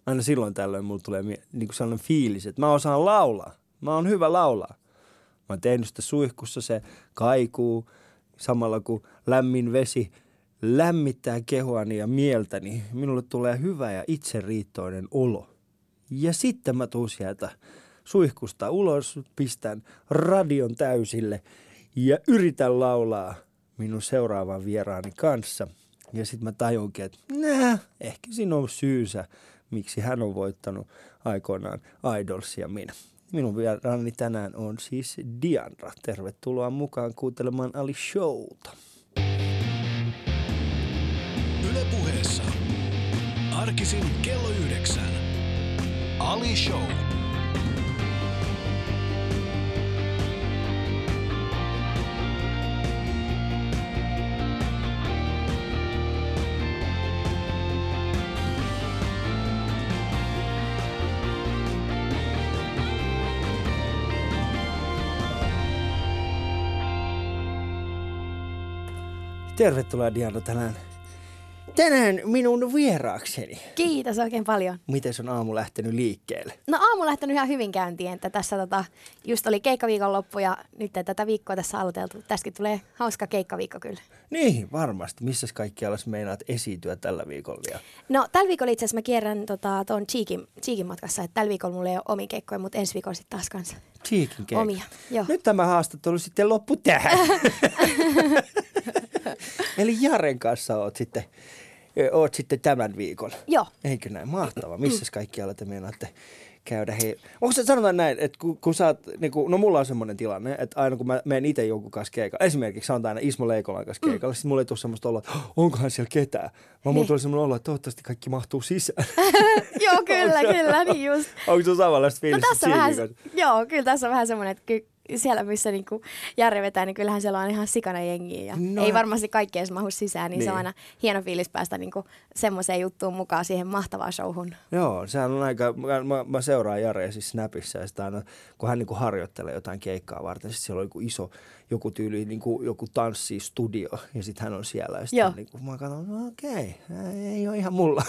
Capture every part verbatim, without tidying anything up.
aina silloin tällöin mulla tulee mie- niin kuin sellainen fiilis, että mä osaan laulaa. Mä oon hyvä laulaa. Mä oon tehnyt sitä suihkussa, se kaikuu samalla kun lämmin vesi lämmittää kehoani ja mieltäni. Minulle tulee hyvä ja itseriittoinen olo. Ja sitten mä tuun sieltä suihkusta ulos, pistän radion täysille ja yritän laulaa minun seuraavan vieraani kanssa. Ja sitten mä tajunkin, että nää, ehkä siinä on syysä, miksi hän on voittanut aikoinaan Idolsia minä. Minun vieraani tänään on siis Diandra. Tervetuloa mukaan kuuntelemaan Ali Showta. Yle Puheessa. Arkisin kello yhdeksän. Ali Show. Tervetuloa Diandra tänään. Tänään minun vieraakseni. Kiitos oikein paljon. Miten on aamu lähtenyt liikkeelle? No aamu lähtenyt ihan hyvin käyntiin, että tässä tota, just oli keikkaviikonloppu ja nyt tätä viikkoa tässä aloiteltu. Tässäkin tulee hauska keikkaviikko kyllä. Niin, varmasti. Missäs kaikkialla meinaat esiintyä tällä viikolla vielä? No tällä viikolla itse asiassa mä kierrän tota, tuon Cheekin, Cheekin matkassa, että tällä viikolla mulla ei ole omia keikkoja, mutta ensi viikolla sitten taas kanssa Cheekin keikka. omia. Joo. Nyt tämä haastattelu sitten loppu tähän. Eli Jaren kanssa oot sitten, oot sitten tämän viikon. Joo. Eikö näin? Mahtavaa. Missäs kaikkialla te meinaatte käydä? Hei. Onko se sanotaan näin, että kun, kun sä oot, niin kun, no mulla on semmoinen tilanne, että aina kun mä menen itse jonkun kanssa keikalla, esimerkiksi sanotaan aina Ismo Leikolan kanssa keikalla, mm. sitten mulla ei tule semmoista olla, että onkohan siellä ketään. Vaan niin. Mulla tulee semmoinen olo, että toivottavasti kaikki mahtuu sisään. Joo, kyllä, kyllä, niin just. Onko se samanlaista fiilistä? No tässä vähän, joo, kyllä tässä on vähän semmoinen, että ky- siellä missä niinku Jare vetää, niin kyllähän siellä on ihan sikana jengiä ja no. Ei varmasti kaikki edes mahu sisään, niin, niin se on aina hieno fiilis päästä niinku semmoiseen juttuun mukaan siihen mahtavaan showhun. Joo, sehän on aika, mä, mä, mä seuraan Jarea siis Snapissa ja sitä aina, kun hän niinku harjoittelee jotain keikkaa varten, sitten siellä on joku iso, joku tyyli, niinku, joku tanssistudio ja sitten hän on siellä ja sitten niinku, mä katson, no okei, ei ole ihan mulla.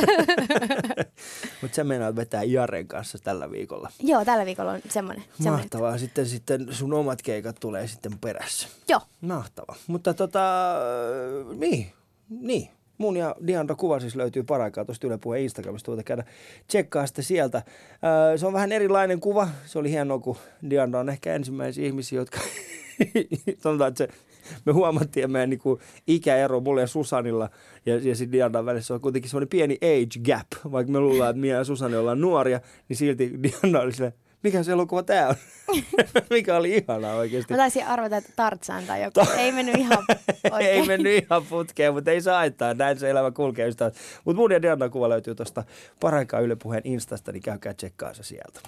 Mutta sä meinaat vetää Jaren kanssa tällä viikolla. Joo, tällä viikolla on semmoinen. Mahtavaa, sitten, sitten sun omat keikat tulee sitten perässä. Joo. Mahtavaa, mutta tota, niin, niin. Mun ja Diandra kuva siis löytyy paraikaa tuosta Yle Puheen Instagramista, voitte käydä tsekkaa sitä sieltä. Öö, se on vähän erilainen kuva, se oli hienoa, kun Diandra on ehkä ensimmäisiä ihmisiä, jotka sanotaan, että se, me huomattiin meidän niin kuin ikäero mulle ja Susanilla ja, ja sitten Diandran välissä on kuitenkin semmoinen pieni age gap, vaikka me luullaan, että minä ja Susani ollaan nuoria, niin silti Diandra oli silleen, mikä se elokuva tää on? Mikä oli ihanaa oikeasti. Mä taisin arvata, että Tarzan tai joku. Ei mennyt ihan oikein. Ei mennyt ihan putkeen, mutta ei saa haittaa. Näin se elämä kulkee ystävät. Mutta mun ja Diandran kuva löytyy tuosta paraikaa Yle Puheen Instasta, niin käykää tsekkaa se sieltä.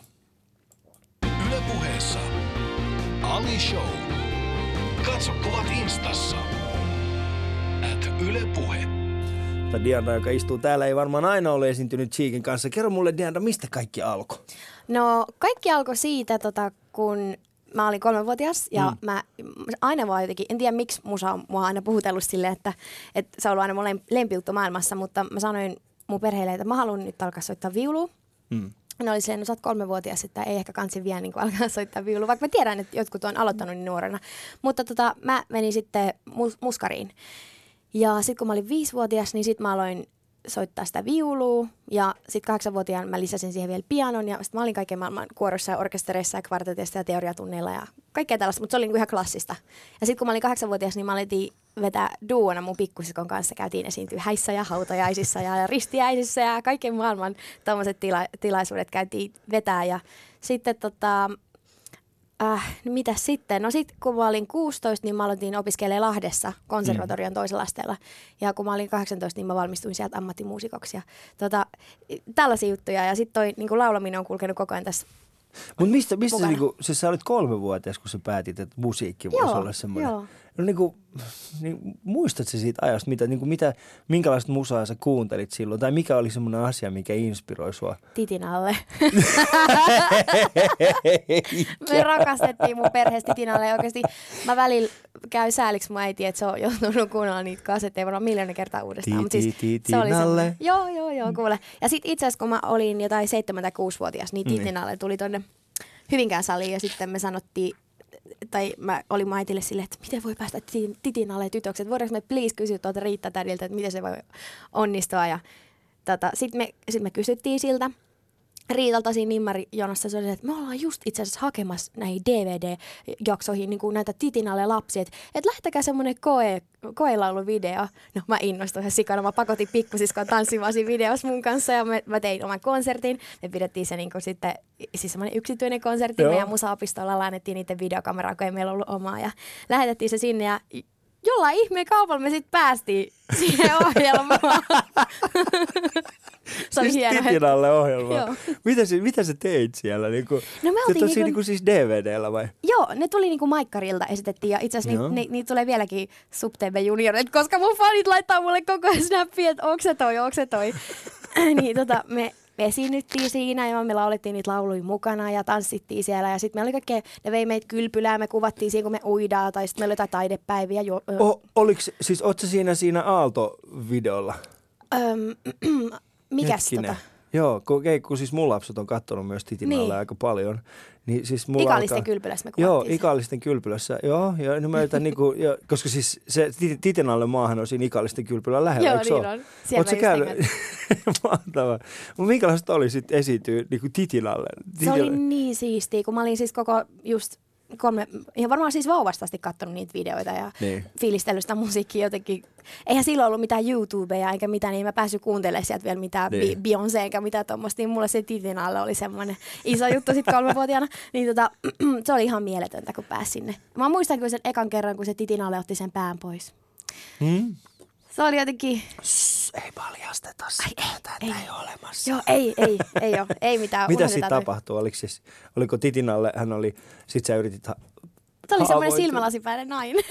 Yle Puheessa. Ali Show. Katso kuvat Instassa. At Yle Puhe. Diandra, joka istuu täällä, ei varmaan aina ole esiintynyt Cheekin kanssa. Kerro mulle, Diandra, mistä kaikki alkoi? No kaikki alkoi siitä, tota, kun mä olin kolmevuotias ja mm. mä aina vaan jotenkin, en tiedä miksi musa on mua aina puhutellut silleen, että, että se on ollut aina mun lempijuttu maailmassa, mutta mä sanoin mun perheelle, että mä haluan nyt alkaa soittaa viulua. Mm. Ne oli silleen, no sä oot kolmevuotias, että ei ehkä kansi vielä niin alkaa soittaa viulua, vaikka mä tiedän, että jotkut on aloittanut niin nuorena. Mutta tota, mä menin sitten mus- muskariin. Ja sitten kun mä olin viisivuotias, niin sitten mä aloin soittaa sitä viulua. Ja sitten kahdeksanvuotiaan mä lisäsin siihen vielä pianon. Ja sitten mä olin kaiken maailman kuorossa ja orkestereissa ja kvarteteissa ja teoriatunneilla ja kaikkea tällaista. Mutta se oli niinku ihan klassista. Ja sitten kun mä olin kahdeksanvuotias, niin mä aletin vetää duona mun pikkusiskon kanssa. Käytiin esiintyä häissä ja hautajaisissa ja ristiäisissä ja kaiken maailman tommoset tila- tilaisuudet käytiin vetää. Ja sitten tota... Äh, no mitä sitten? No sitten kun mä olin kuusitoista, niin mä aloitin opiskelemaan Lahdessa konservatorion toisella asteella. Ja kun mä olin kahdeksantoista, niin mä valmistuin sieltä ammattimuusikoksi. Ja tota, tällaisia juttuja. Ja sitten toi niin laulaminen on kulkenut koko ajan tässä. Mutta mistä, mistä se, niinku, siis sä olit kolmevuotias, kun sä päätit, että musiikki voisi joo, olla semmoinen. no niin kuin, niin, muistatko siitä ajasta, mitä, niin kuin mitä, minkälaista musaa sä kuuntelit silloin? Tai mikä oli semmoinen asia, mikä inspiroi sua? Titinalle. Me rakastettiin mun perheessä Titinalle ja oikeasti mä välillä käy sääliksi mun äiti, että se on joutunut kuunnella niitä kasetteja varmaan miljoona kertaa uudestaan. Titinalle. Joo, joo, joo, kuule. Ja sit itse asiassa kun mä olin jotain seitsemän tai kuusi-vuotias, niin Titinalle tuli tonne Hyvinkään saliin ja sitten me sanottiin, tai mä olin mun äitille silleen, että miten voi päästä Titinalle tytöksi, että voidaanko me please kysyä tuolta Riitta-tädiltä, että miten se voi onnistua. Ja tota, sitten me, sit me kysyttiin siltä Riitalta siinä Nimmari-jonossa, se oli, että me ollaan just itse asiassa hakemassa näihin D V D-jaksoihin niin kuin näitä Titinalle lapsia, että et lähtekää semmoinen koe, koelauluvideo. No mä innostuin ihan sikana, mä pakotin pikkusiskoon tanssimaan siinä videossa mun kanssa ja mä, mä tein oman konsertin. Me pidettiin se niin kuin sitten, siis semmoinen yksityinen konsertti, meidän musaopistolla lainattiin niiden videokameraa, kun ei meillä ollut omaa ja lähetettiin se sinne ja jollain ihmeen kaupalla me sitten päästiin siihen ohjelmaan. Se oli siis hieno. Titinalle ohjelmaan. Mitä, mitä sä teit siellä? Niinku, no me se tosi niinku, niinku siis D V D:llä vai? Joo, ne tuli niinku Maikkarilta esitettiin ja itse asiassa niitä ni, ni tulee vieläkin SubTV Juniorit, koska mun fanit laittaa mulle koko ajan snappia, että onko se toi, onko se toi. Niin tota, me esiinnyttiin siinä ja me laulettiin niitä lauluja mukana ja tanssittiin siellä ja sitten meillä oli kaikkea, ne vei meitä kylpylään, me kuvattiin siinä kun me uidaan tai sitten meillä oli jotain taidepäiviä. Jo, ö. O, oliks, siis ootko siinä siinä Aalto-videolla? Öm, mikäs tota? Joo, kun, kun siis mun lapset on katsonut myös Titinalle niin. aika paljon. Niin siis mulla Ikallisten alkaa, kylpylässä me kuvattiin. Joo, Ikallisten kylpylässä. Joo, joo no mä yritän niinku, jo, koska siis se Titinalle maahan on siinä Ikallisten kylpylän lähellä, joo, eikö niin ole? on. Siellä Ootko käynyt? Mahtavaa. Mutta minkälaista oli sitten esiintyä niinku Titinalle? Se oli niin siistiä, kun mä olin siis koko just kolme, ihan varmaan siis vauvasta asti katsonut niitä videoita ja niin. fiilistellyt sitä musiikkia jotenkin. Eihän silloin ollut mitään YouTubea eikä mitään, niin mä päässyt kuuntelemaan sieltä vielä mitään niin. Beyoncé eikä mitään tuommoista. Niin mulla se Titinalle oli semmoinen iso juttu sitten kolmevuotiaana. Niin tota, se oli ihan mieletöntä, kun pääsi sinne. Mä muistan kyllä sen ekan kerran, kun se Titinalle otti sen pään pois. Hmm? Se oli jotenkin... Sss, ei paljasteta sitä, tätä ei. ei ole olemassa. Joo, ei, ei, ei ole, ei mitään. Mitä sitten tapahtui? Oliko, siis, oliko Titinalle, hän oli, sit sä yritit ha- Se oli semmoinen silmälasipäinen nainen.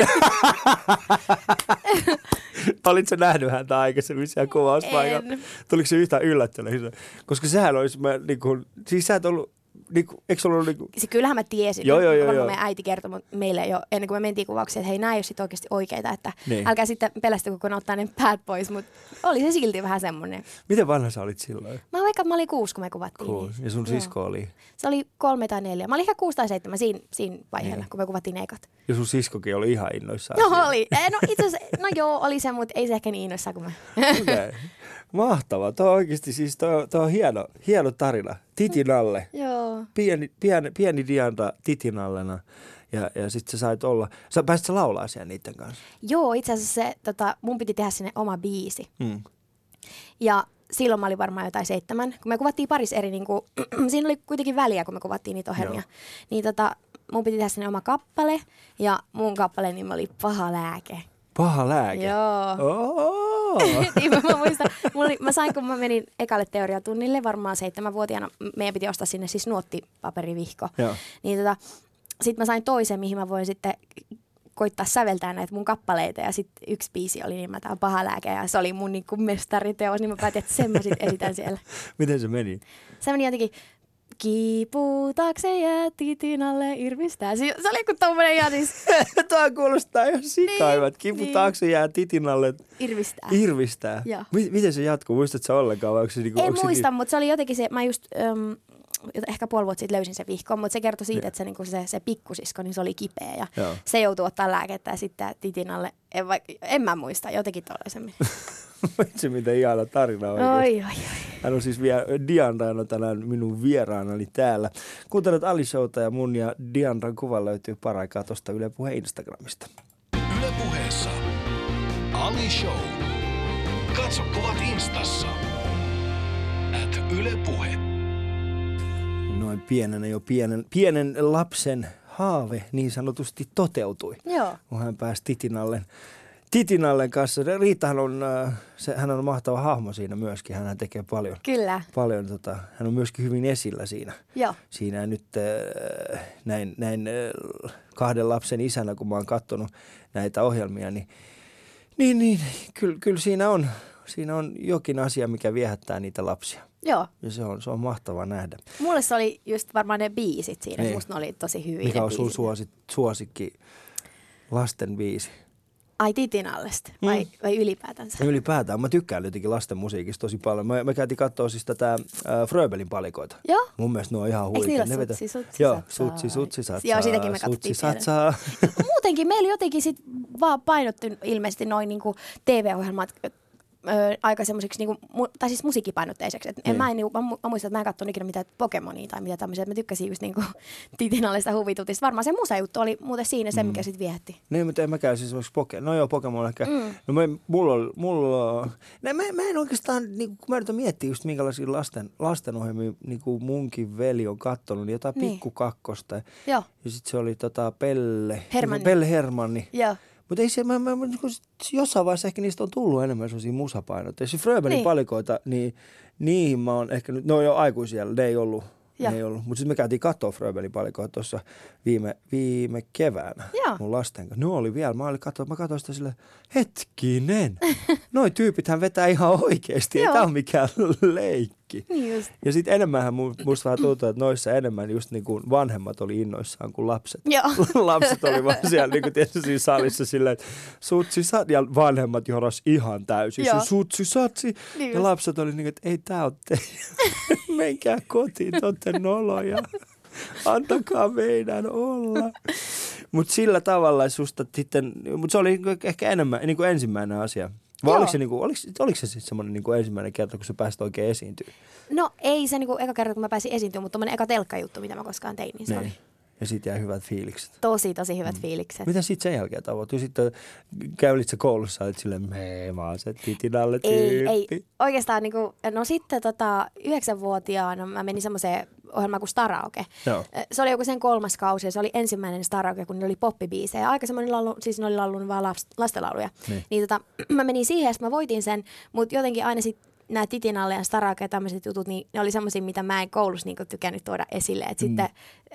Olitko nähnyt häntä aikaisemmin siellä kuvauspaikalla? Tuliko se yhtään yllättänyt? Koska sehän olisi, mä, niin kuin, siis sä et ollut... Niinku, eikö ollut niinku... Se kyllähän mä tiesin. Joo, joo, joo, joo. Meidän äiti kertoi meille jo ennen kuin me mentiin kuvaukseen, että hei, nämä ei ole sit oikeasti oikeita, että niin. älkää sitten pelästykö, kun ottaa ne päät pois, mutta oli se silti vähän semmoinen. Miten vanha sä olit silloin? Mä vaikka mä olin kuusi, kun me kuvattiin. Kuusi. Ja sun sisko joo. oli? Se oli kolme tai neljä. Mä olin ehkä kuusi tai seitsemän siinä, siinä vaiheella, niin. kun me kuvattiin ekat. Ja sun siskokin oli ihan innoissaan? No siinä. Oli. No itse asiassa, no joo, oli se, mutta ei se ehkä niin innoissaan kuin mä. Okay. Mahtavaa. Tuo on oikeasti siis, tuo, tuo on hieno, hieno tarina. Titinalle. Joo. Pieni, pieni, pieni Diana Titinallena. Ja, ja sit sä sait olla, sä pääsit sä laulaa siellä niiden kanssa? Joo, itse asiassa se, tota, mun piti tehdä sinne oma biisi. Hmm. Ja silloin mä olin varmaan jotain seitsemän. Kun me kuvattiin parissa eri, niin kuin, siinä oli kuitenkin väliä, kun me kuvattiin niitä ohjelmia. Joo. Niin tota, mun piti tehdä sinne oma kappale. Ja mun kappaleen nimi oli Paha lääke. Paha lääke? Joo. Oh. niin mä muistan. Oli, mä sain, kun mä menin ekalle teoriatunnille varmaan seitsemänvuotiaana. Meidän piti ostaa sinne siis nuottipaperivihko. Joo. Niin tota, sit mä sain toisen, mihin mä voin sitten koittaa säveltää näitä mun kappaleita. Ja sitten yksi biisi oli nimeltään Paha lääke. Ja se oli mun niin kuin mestariteos, niin mä päätin, että sen mä sit esitän siellä. Miten se meni? Se meni jotenkin... Kipu taakse jää Titinalle irvistää. Se oli kuin tommonen ihan siis... Tuo kuulostaa ihan sikaivat. Kipu niin. taakse jää Titinalle irvistää. Irvistää. M- miten se jatkuu? Muistatko sä ollenkaan? Vai onko se niinku, en onko muista, se... mutta se oli jotenkin se... Mä just... Um, ehkä puoli vuotta sitten löysin se vihkon, mutta se kertoi siitä, että se, niinku se, se pikkusisko, niin se oli kipeä ja joo. se joutui ottaa lääkettä ja sitten Titinalle, en, va, en mä muista, jotenkin tollaisemmin. Vitsi, mitä ihana tarina oikeasti. Oi, oi, oi. Hän on siis vielä Diandra tänään minun vieraanani täällä. Kuuntelet Ali Showta ja mun ja Diandran kuva löytyy paraikaa tuosta Yle Puheen Instagramista. Yle Puheessa Ali Show. Katso kuvat instassa. At Yle Puhe. Noin pienenä jo pienen, pienen lapsen haave niin sanotusti toteutui. Joo. Kun hän pääsi Titinalle Titinallen kanssa. Riittahan on, se, hän on mahtava hahmo siinä myöskin. Hän tekee paljon. Kyllä. Paljon, tota, hän on myöskin hyvin esillä siinä. Joo. Siinä nyt äh, näin, näin äh, kahden lapsen isänä, kun mä oon katsonut näitä ohjelmia, niin, niin, niin kyllä, kyllä siinä, on, siinä on jokin asia, mikä viehättää niitä lapsia. Joo. Ja se on, se on mahtavaa nähdä. Mulle se oli just varmaan ne biisit siinä. Niin. Musta ne oli tosi hyviä. Mikä ne on sun biisit. suosi, suosikki lasten biisi? Ai Titinallesta vai, Mm. vai ylipäätänsä? Ylipäätään. Mä tykkään jotenkin lasten musiikista tosi paljon. Mä, mä käytiin katsoa siis tätä äh, Fröbelin palikoita. Joo. Mun mielestä ne on ihan Eikö huikeita. niillä Ne sutsi, vetä- sutsi, Joo, satsaa? sutsi, sutsi, satsaa. Joo, sitäkin me katsottiin Sutsi, satsaa. Muutenkin meillä jotenkin sit vaan painottu ilmeisesti noin niinku T V-ohjelmat Öö, aika semmoiseksi, niinku, mu- tai siis musiikkipainotteiseksi. Et en Niin. mä, en, niinku, mä, mu- mä muistan, että mä en katsonut ikinä mitään Pokemonia tai mitä tämmöisiä. Mä tykkäsin just niinku Titinallista huvitutista. Varmaan se musajuttu oli muuten siinä se, mikä sit viehätti. Niin, mutta en mäkään siis esimerkiksi Pokemon. No joo, Pokemon ehkä. Mm. No mä, mulla on, mulla on. No, mä, mä en oikeastaan, niin kun mä yritän miettiä just minkälaisia lasten, lastenohjelmia niin kuin munkin veli on kattonut, niin jotain Niin. Pikkukakkosta. Joo, Ja sit se oli tota Pelle. Hermanni. Pelle Hermanni. joo. Mutta ei se, mä, mä, mä, niin kuin jossain vaiheessa ehkä niistä on tullut enemmän sellaisia musapainotteisia. Fröbelin Niin. niin. palikoita, niin niihin mä oon ehkä nyt, ne on jo aikuisia, ne ei ollut. Ne Joo. ei ollut. Mutta sitten me käytiin katsoa Fröbelin palikoita tuossa viime, viime keväänä Joo. mun lasten kanssa. Ne oli vielä, mä, olin katso, mä katsoin sitä silleen, hetkinen, noi tyypithän vetää ihan oikeasti, ei Joo. tää ole mikään leikki. Niin just. Ja sitten enemmänhän mu- musta vähän tuntuu, että noissa enemmän just niin kuin vanhemmat oli innoissaan kuin lapset. Joo. Lapset oli vaan siellä niin kuin tietysti siinä salissa silleen, että sutsi satsi, ja vanhemmat joras ihan täysin. Joo. Se sutsi satsi. Niin Ja just. lapset oli niin kuin, että ei tää ole teidän. Menkää kotiin, te olette noloja. Antakaa meidän olla. Mutta sillä tavalla susta sitten, mutta se oli niinku ehkä enemmän niin kuin ensimmäinen asia. Vai Joo. oliko se, niinku, oliko, oliko se sitten semmoinen niinku ensimmäinen kerta, kun sä pääsit oikein esiintyä? No ei se niinku eka kerta, kun mä pääsin esiintymään, mutta tommonen eka telkkajuttu, mitä mä koskaan tein, niin se oli Ja sitten jäi hyvät fiilikset. tosi, tosi hyvät mm. fiilikset. Mitä sitten sen jälkeen tavoittui? Sitten käylit sä koulussa, olit silleen, me mä oon se Titinalle Ei, tyyppi. ei. Oikeastaan niinku, no sitten tota, yhdeksänvuotiaana mä menin semmoiseen ohjelmaan kuin Staraoke. Joo. Se oli joku sen kolmas kausi ja se oli ensimmäinen Staraoke, kun ne oli poppibiisejä. Aika semmoinen laulu, siis ne oli laulunut vaan laps, lastenlauluja. Niin. Niin tota, mä menin siihen ja sit mä voitin sen, mutta jotenkin aina sitten nämä Titinalle ja Staraoke ja tämmöiset jutut, niin ne oli semmoisia, mitä mä en koulussa niinku tykännyt tuoda esille. Et mm. sitten,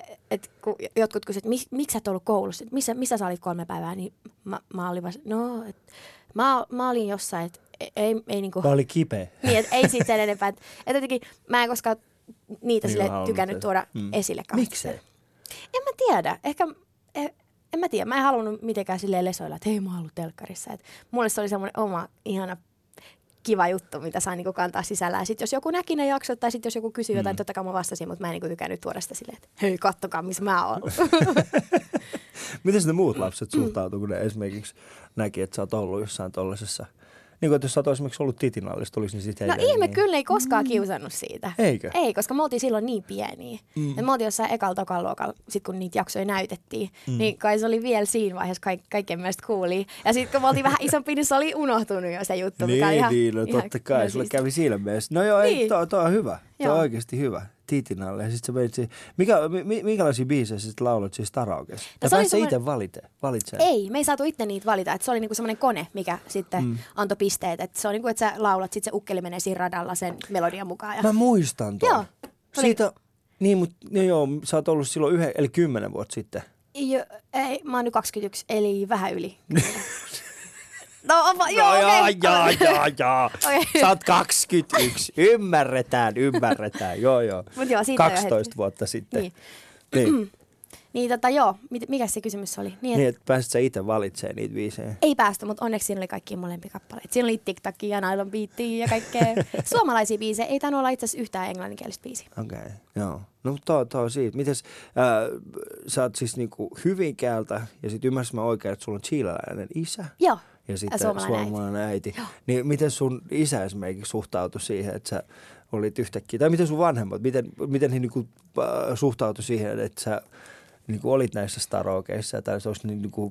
et kun jotkut kysyivät, että mik, miksi sä et ollut koulussa, et missä, missä sä olit kolme päivää, niin mä, mä olin vaan, no, et, mä, mä olin jossain, että ei, ei niinku... Mä olin kipeä. Niin, et ei siitä sen enempää. Että et jotenkin mä en koskaan niitä Niin sille halunnut tykännyt tehdä. tuoda Mm. esille kauheasti. Miksei? En mä tiedä. Ehkä, eh, en mä tiedä. Mä en halunnut mitenkään silleen lesoilla, että hei mä oon ollut telkkarissa. Et mulle se oli semmoinen oma ihana kiva juttu, mitä saa niinku kantaa sisällään. Sitten jos joku näki ne jaksot tai sitten jos joku kysyy jotain, Mm. totta kai mä vastasin, mutta mä en niinku tykännyt tuoda sitä silleen, että hei kattokaa missä mä oon ollut. Miten ne muut lapset suhtautuu, kun ne esimerkiksi näki, että sä oot ollut jossain tollasessa? Niin kuin, että jos sä oot esimerkiksi ollut Titinallista, tulisi niin sitten No heille ihme niin... kyllä ne ei koskaan kiusannut siitä. Eikö? Ei, koska me oltiin silloin niin pieniä. Mm. Et me oltiin jossain ekalla tokan luokalla, sit kun niitä jaksoja näytettiin, mm. niin kai se oli vielä siinä vaiheessa kaik- kaikkien mielestä coolia. Ja sitten kun me oltiin vähän isompi, niin se oli unohtunut jo se juttu. mikä oli Niin, ihan, niin, no ihan totta kai, sulle siistiä. kävi siinä mielessä. No joo, ei, Niin. toi, toi on hyvä. Toi Joo. on oikeasti hyvä. Titinalle. Ja sit sä menit siihen. Mikä, mi, minkälaisia biisejä sä sit laulat siis Staraokessa? Ja se oli pääsit sä semmoinen- itse valite, valitse? Ei, me ei saatu itse niitä valita. Et se oli niinku semmoinen kone, mikä sitten mm. antoi pisteet. Et se on niinku, että sä laulat, sit se ukkeli menee siinä radalla sen melodian mukaan. Ja... Mä muistan tuon. Joo. Oli- Siitä, niin, mutta no joo, sä oot ollut silloin yhden, eli kymmenen vuotta sitten. Jo, ei, mä oon nyt kaksikymmentäyksi, eli vähän yli. No, onpa, joo, No okei. jaa, jaa, jaa, jaa. Okei. Sä oot kaksikymmentäyksi. Ymmärretään, ymmärretään. Joo, joo. Mut joo, siitä on jo kaksitoista hetki. vuotta sitten. Niin. Niin. Niin tota joo, mit, mikä se kysymys oli? Niin, et, Niin, että pääsit sä itse valitsemaan niitä biisejä. ei päästy, mutta onneksi siinä oli kaikki molempia kappaleita. Siinä oli TikTokia ja Nylon Beatia ja kaikkea suomalaisia biisejä. Ei tainnut olla itse asiassa yhtään englanninkielistä biisiä. Okei, okay, joo. No mutta tuo, tuo siitä. Mites, äh, sä oot siis niinku Hyvinkäältä ja sit ymmärsin mä oikein, että sulla on chileläinen isä Joo. ja sitten suomalainen äiti. suomalainen äiti. Niin miten sun isä esimerkiksi suhtautui siihen, että sä olit yhtäkkiä, tai miten sun vanhemmat, miten, miten he niinku, äh, suhtautui siihen, että sä niinku olit näissä Staraokeissa tai se olisi niinku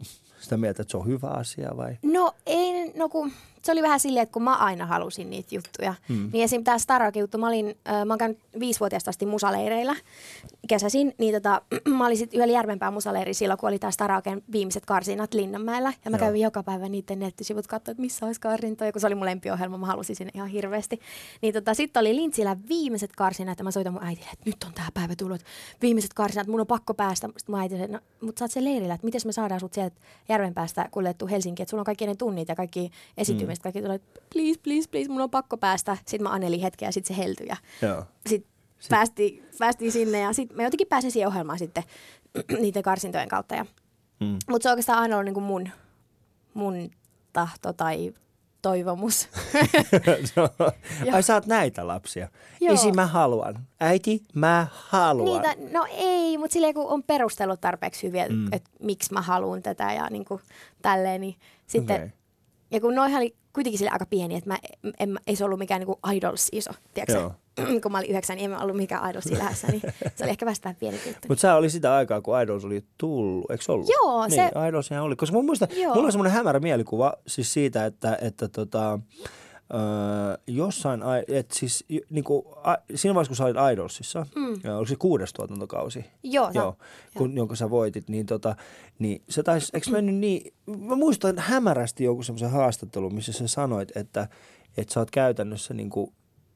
sitä mieltä, että se on hyvä asia vai? No ei, no kun se oli vähän silleen, että kun mä aina halusin niitä juttuja. Mm. Niin esim. Tää Staroke-juttu, mä olin, äh, mä oon käynyt viisivuotiaasta asti musaleireillä kesäisin. Niin tota, mä olin sit yhdellä Järvenpään musaleiri silloin, kun oli tää Staroken viimeiset karsinat Linnanmäellä. Ja mä Joo. kävin joka päivä niiden nettisivut katsoa, että missä olisi karsintoja, kun se oli mun lempiohjelma, mä halusin sinne ihan hirveästi. Niin tota, sitten oli Lintsillä viimeiset karsinat ja mä soitan mun äitille, että nyt on tää päivä tullut. Viimeiset karsinat, mun on pakko päästä. Sitten mun äiti, no, mutta sä oot siellä leirillä, että miten me saadaan sut sieltä Järvenpäästä kuljettua Helsinkiin, että sulla on kaikki ne tunnit ja kaikki esiintymiset. Mm. Kaikki tulee, please, please, please, mun on pakko päästä. Sitten mä anelin hetkeä ja sitten se heltyi. Ja sitten sit. päästiin, päästiin sinne ja sitten mä jotenkin pääsin siihen ohjelmaan sitten niiden karsintojen kautta. Mm. Mutta se on oikeastaan aina ollut niin kuin mun, mun tahto tai toivomus. no, ai sä oot näitä lapsia. Joo. Isi, mä haluan. Äiti, mä haluan. Niitä, no ei, mutta silleen kun on perustellut tarpeeksi hyviä, mm. että et, miksi mä haluan tätä ja niin kuin tälleen, niin sitten... Okay. Ja kun noihan oli kuitenkin sille aika pieni, että mä, en, ei se ollut mikään niinku idols iso, tiedätkö kun mä olin yhdeksän, niin en ollut mikään idolsi lähdössä, niin se oli ehkä vasta vähän pieni juttu. Mutta sä oli sitä aikaa, kun Idols oli tullut, eikö ollut? Joo, niin, se... Idolsihan oli, koska mun muista, mulla on semmoinen hämärä mielikuva siis siitä, että, että tota, öö, jossain, että siis niinku, a, siinä vaiheessa, kun sä olit Idolsissa, mm. oliko se kuudes tuotantokausi? Joo. Joo, kun, jonka sä voitit, niin, tota, niin se taisi, eikö mennyt niin, mä muistan hämärästi joku semmoisen haastattelun, missä sä sanoit, että, että sä oot käytännössä niinku,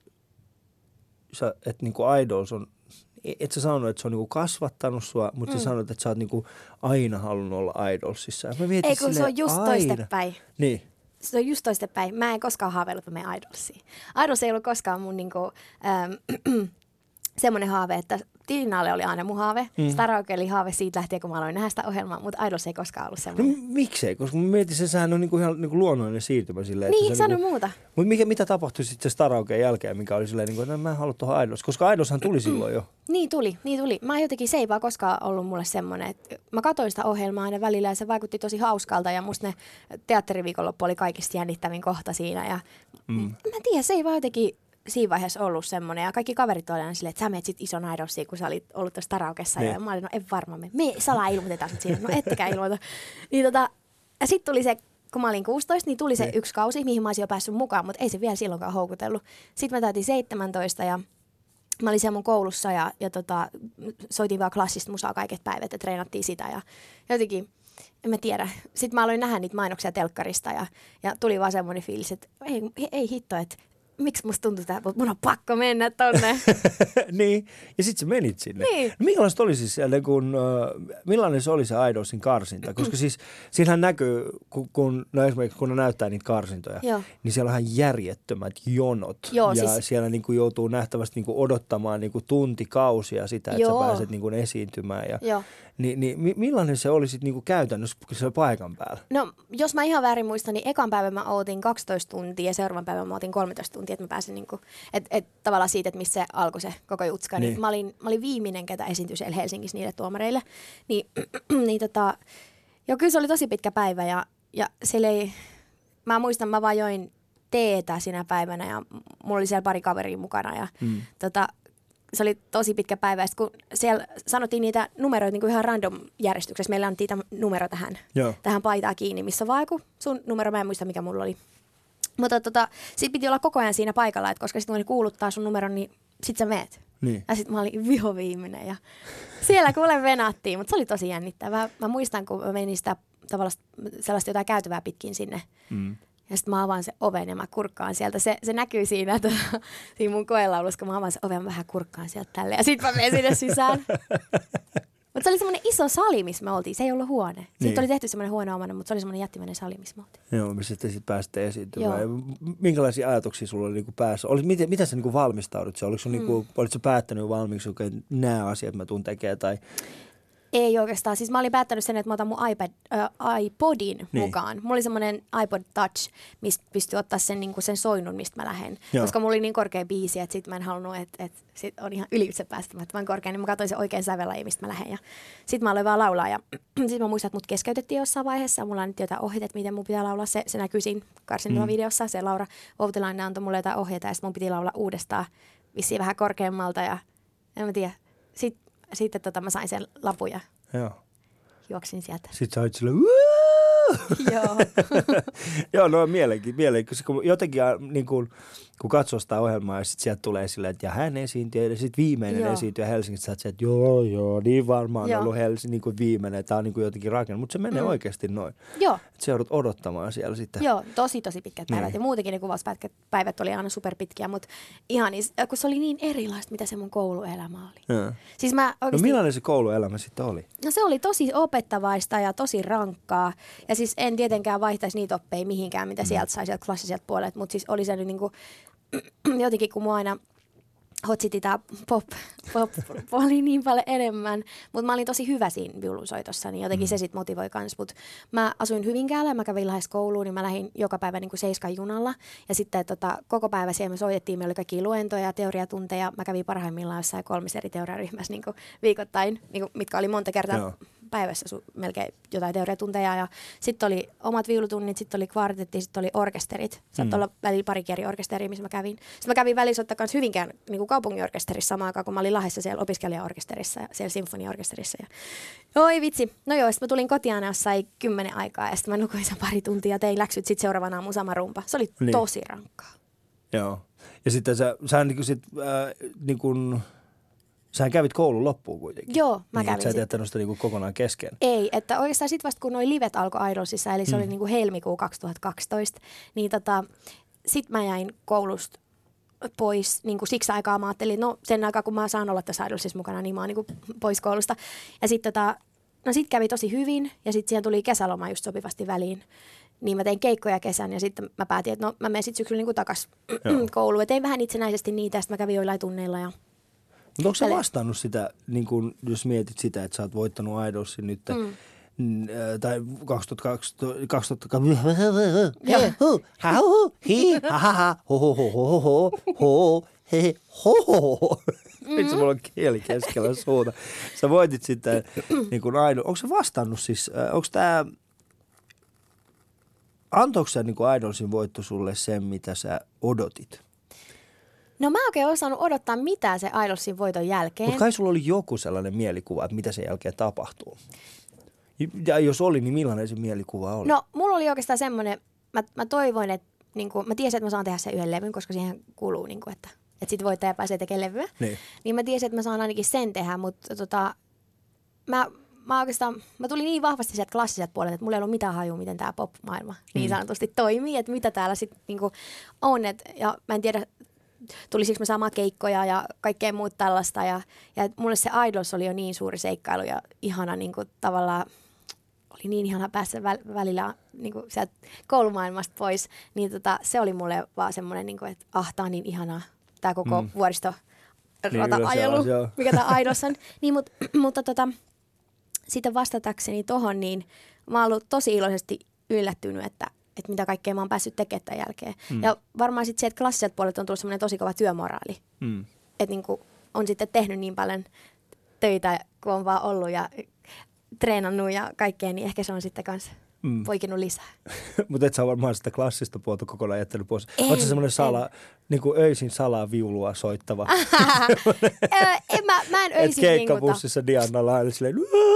sä, että niinku Idols on, et sä sanonut, että se on niinku kasvattanut sua, mutta mm. sä sanoit, että sä oot niinku aina halunnut olla Idolsissa. Ei, kun se on just toistepäin. Niin. Se on just toistepäin. Mä en koskaan haaveillut, että mä menen Idolsiin. Idols ei ollut koskaan mun niinku, ähm, semmoinen haave, että Tiinalle oli aina mun haave. Mm. Staroke oli haave siitä lähtien, kun mä aloin nähdä sitä ohjelmaa, mutta Idols ei koskaan ollut semmoinen. No, miksei? Koska mä mietin, että sehän on niinku ihan niinku luonnollinen siirtymä silleen. Niin, sano niinku, muuta. Mutta mikä, mitä tapahtui sitten se Staroken jälkeen, mikä oli silleen, niinku, että mä en halua tuohon Idols, koska Idolshan tuli silloin jo. Niin tuli, niin tuli. Mä jotenkin, se ei vaan koskaan ollut mulle semmoinen, että mä katsoin sitä ohjelmaa aina välillä ja se vaikutti tosi hauskalta ja musta ne teatteriviikonloppu oli kaikista jännittävin kohta siinä ja mm. mä en tiedä, se ei vaan jotenkin siinä vaiheessa ollut semmoinen. Ja kaikki kaverit olivat silleen, että sä menet sit ison Idolsiin, kun sä olit ollut tuossa Starakessa. Ja mä olin, no en varmaan me. Me salaa ilmoitetaan sit siinä. No ettekä ilmoita. Niin tota, ja sitten tuli se, kun mä olin kuusitoista, niin tuli se yksi kausi, mihin mä olisin jo päässyt mukaan, mutta ei se vielä silloinkaan houkutellut. Sitten mä täytin seitsemäntoista ja mä olin siellä mun koulussa ja, ja tota, soitin vaan klassista musaa kaiket päivät ja treenattiin sitä. Ja jotenkin, en mä tiedä. Sitten mä aloin nähdä niitä mainoksia telkkarista ja, ja tuli vaan semmoinen fiilis, että ei, ei hitto, että miksi musta tuntuu tää, mutta mun on pakko mennä tonne. Niin, ja sit sä menit sinne. Niin. No, millaista oli siis siellä, kun, uh, millainen se oli se Idolsin karsinta? Koska siis siinähän näkyy, kun, kun, no esimerkiksi kun ne näyttää niitä karsintoja, Joo. niin siellä on ihan järjettömät jonot. Joo, ja siis... siellä niinku joutuu nähtävästi niinku odottamaan niinku tuntikausia sitä, että Joo. sä pääset niinku esiintymään. Ja, Joo. Niin, niin millainen se oli sitten niinku käytännössä siellä paikan päällä? No, jos mä ihan väärin muistan, niin ekan päivän mä ootin kaksitoista tuntia ja seuraavan päivän mä ootin kolmetoista tuntia, että mä pääsin niinku, et, et, tavallaan siitä, että missä se alkoi se koko jutska. Niin. Niin mä, olin, mä olin viimeinen, ketä esiintyi siellä Helsingissä niille tuomareille. Niin, niin tota, joo, kyllä se oli tosi pitkä päivä ja, ja siellä ei, mä muistan, mä vaan join teetä sinä päivänä ja mulla oli siellä pari kaveria mukana ja mm. tota, se oli tosi pitkä päivä, kun siellä sanottiin niitä numeroita niin kuin ihan random järjestyksessä. Meillä annettiin tämä numero tähän, tähän paitaan kiinni, missä on vaan joku sun numero, mä en muista mikä mulla oli. Mutta tota, sit piti olla koko ajan siinä paikalla, että koska sitten kun ne kuuluttaa sun numeron, niin sit sä meet. Niin. Ja sitten mä olin vihoviiminen ja siellä kuule venattiin, mutta se oli tosi jännittävää. Mä muistan, kun mä menin sitä tavallaan sellaista jotain käytävää pitkin sinne. Mm. Ja sitten mä avaan se oven ja mä kurkkaan sieltä. Se, se näkyy siinä, että, siinä mun koelaulussa, kun mä avaan se oven, vähän kurkkaan sieltä tälleen. Ja sitten mä menen sinne sisään. Mutta se oli semmoinen iso sali, missä me oltiin. Se ei ollut huone. Niin. Sitten oli tehty semmoinen huoneomainen, mutta se oli semmoinen jättimäinen sali, missä me oltiin. Joo, missä sitten sit pääsitte esiintymään. Joo. Minkälaisia ajatuksia sulla oli niinku päässä? Oli, mitä, mitä sä niinku valmistaudut? Oliko mm. niinku, olitko sä päättänyt valmiiksi, että nämä asiat mä tuun tekemään? Tai... Ei oikeastaan. Siis mä olin päättänyt sen, että mä otan mun iPad, äh, iPodin niin. mukaan. Mulla oli semmoinen iPod Touch, mistä pystyi ottaa sen, niin sen soinnun, mistä mä lähden. Joo. Koska mulla oli niin korkea biisi, että sit mä en halunnut, että, että sit on ihan ylitse päästämättömän korkea. Niin mä katsoin sen oikein sävelaji, mistä mä lähden. Ja sit mä aloin vaan laulaa. Ja sit mä muistan, että mut keskeytettiin jossain vaiheessa. Mulla on nyt jotain ohjeita, että miten mun pitää laulaa. Se, se näkyy siinä karsintovideossa. Se Laura Voutilainen antoi mulle jotain ohjeita ja sit mun piti laulaa uudestaan vissiin vähän korkeammalta. Ja en mä tiedä. Sitten Sitten tota, mä sain sen lapun ja Joo. juoksin sieltä. Sitten sä olit sillä, Joo. Joo, no mielenkiin, mielenkiin, koska jotenkin niin kuin, kun katsoo sitä ohjelmaa ja sitten sieltä tulee silleen, että ja hän esiintyy ja sitten viimeinen joo. esiintyy Helsingissä, sä oot se, että joo, joo, niin varmaan on ollut Helsinki niin kuin viimeinen, tämä on niin kuin jotenkin rakennut, mutta se menee mm. oikeasti noin. Joo. Että sä joudut odottamaan siellä sitten. Joo, tosi tosi pitkät päivät niin. ja muutenkin ne kuvauspäivät oli aina superpitkiä, mutta ihan niin, kun se oli niin erilaista, mitä se mun kouluelämä oli. Ja. Siis mä oikeasti... No millainen se kouluelämä sitten oli? No se oli tosi opettavaista ja tosi rankkaa ja siis en tietenkään vaihtaisi niitä oppeja mihinkään, mitä mm. sieltä sai sieltä klassiselta puolelta, mutta siis oli se nyt niinku jotenkin kun mua aina hotsiti tää pop, pop oli niin paljon enemmän, mutta mä olin tosi hyvä siinä viulunsoitossa, niin jotenkin mm. se sit motivoi kans, mutta mä asuin Hyvinkäällä ja mä kävin lähes kouluun, niin mä lähdin joka päivä niin kuin seiskan junalla ja sitten tota, koko päivä siellä me soitettiin, meillä oli kaikki luentoja ja teoriatunteja, mä kävin parhaimmillaan jossain kolmessa eri teoriaryhmässä niin kuin viikoittain, niin kuin, mitkä oli monta kertaa Joo. päivässä su- melkein jotain teoriatunteja ja sitten oli omat viulutunnit, sitten oli kvartetti, sitten oli orkesterit. Saattoi mm. olla välillä parikin eri orkesteria, missä mä kävin. Sitten mä kävin välissä ottaa kanssa Hyvinkään niin kuin kaupunginorkesterissa samaan aikaan, kun mä olin Lahdessa siellä opiskelijaorkesterissa ja siellä sinfoniaorkesterissa. Ja... Oi vitsi. No joo, sitten mä tulin kotiin aina jossain kymmenen aikaa ja sitten mä nukuin sen pari tuntia ja tein läksyt sitten seuraavana aamun sama rumpa. Se oli niin. tosi rankkaa. Joo. Ja sitten sä, sä niin kuin sit, äh, niin kuin... Sähän kävit koulun loppuun kuitenkin. Joo, mä niin, kävin. Sä et jättänyt sitä niinku kokonaan kesken. Ei, että oikeastaan sitten vasta kun noi livet alkoi Idolsissa, eli se mm. oli niinku helmikuu kaksituhattakaksitoista, niin tota, sit mä jäin koulusta pois. Niinku siksi aikaa mä ajattelin, no sen aikaa kun mä saan olla tässä Idolsissa mukana, niin mä oon niinku pois koulusta. Ja sitten tota, no sit kävi tosi hyvin ja sitten siihen tuli kesäloma just sopivasti väliin. Niin mä tein keikkoja kesän ja sitten mä päätin, että no mä menen sitten syksyllä niinku takas kouluun. Ja tein vähän itsenäisesti niitä ja sitten mä kävin joillain tunneilla ja... Mutta onko sä vastannut sitä, niin kun, jos mietit sitä, että sä oot voittanut Idolsin nyt, mm. n, tai kaksituhattakaksitoista, kaksituhattakaksitoista, Vitsi, mulla on kieli keskellä suuta. Sä voitit sitten niin kun Idol. Onko sä vastannut siis, onko tää, antoiko sä niin kun Idolsin voitto sulle sen, mitä sä odotit? No mä en oikein osannut odottaa mitään se Idolsin voiton jälkeen. Mutta kai sulla oli joku sellainen mielikuva, että mitä sen jälkeen tapahtuu. Ja jos oli, niin millainen se mielikuva oli? No mulla oli oikeastaan semmoinen, mä, mä toivoin, että niinku, mä tiesin, että mä saan tehdä sen yhden levyn, koska siihen kuuluu, niinku, että, että sit voittaja pääsee tekemään levyä. Niin. niin mä tiesin, että mä saan ainakin sen tehdä, mutta tota, mä, mä oikeastaan, mä tulin niin vahvasti sieltä klassiselta puolelta, että mulla ei ollut mitään hajua, miten tää pop-maailma niin sanotusti toimii, että mitä täällä sitten niinku on. Et, ja mä en tiedä, tulisiko me saamaan keikkoja ja kaikkea muuta tällaista. Ja, ja mulle se Idols oli jo niin suuri seikkailu ja ihana niin kuin, tavallaan, oli niin ihana päästä väl, välillä niin kuin, sieltä koulumaailmasta pois. Niin tota, se oli mulle vaan semmoinen, niin kuin, että ah, tää on niin ihanaa, tää koko mm. vuoristo rata-ajelu, niin, mikä tää Idols on. Niin, mut, mutta tota, sitten vastatakseni tohon, niin mä oon ollut tosi iloisesti yllättynyt, että että mitä kaikkea mä oon päässyt tekemään tämän jälkeen. Mm. Ja varmaan sitten sieltä klassiselta puolelta on tullut semmoinen tosi kova työmoraali. Mm. Että niinku on sitten tehnyt niin paljon töitä, kun on vaan ollut ja treenannut ja kaikkea, niin ehkä se on sitten kanssa mm. poikinut lisää. Mutta et sä varmaan sitä klassista puolta kokonaan jättänyt pois. Oletko sä semmoinen sala, niin kuin öisin salaa viulua soittava? en, mä, mä en öisin et keikkabussissa Diannalla aina silleen...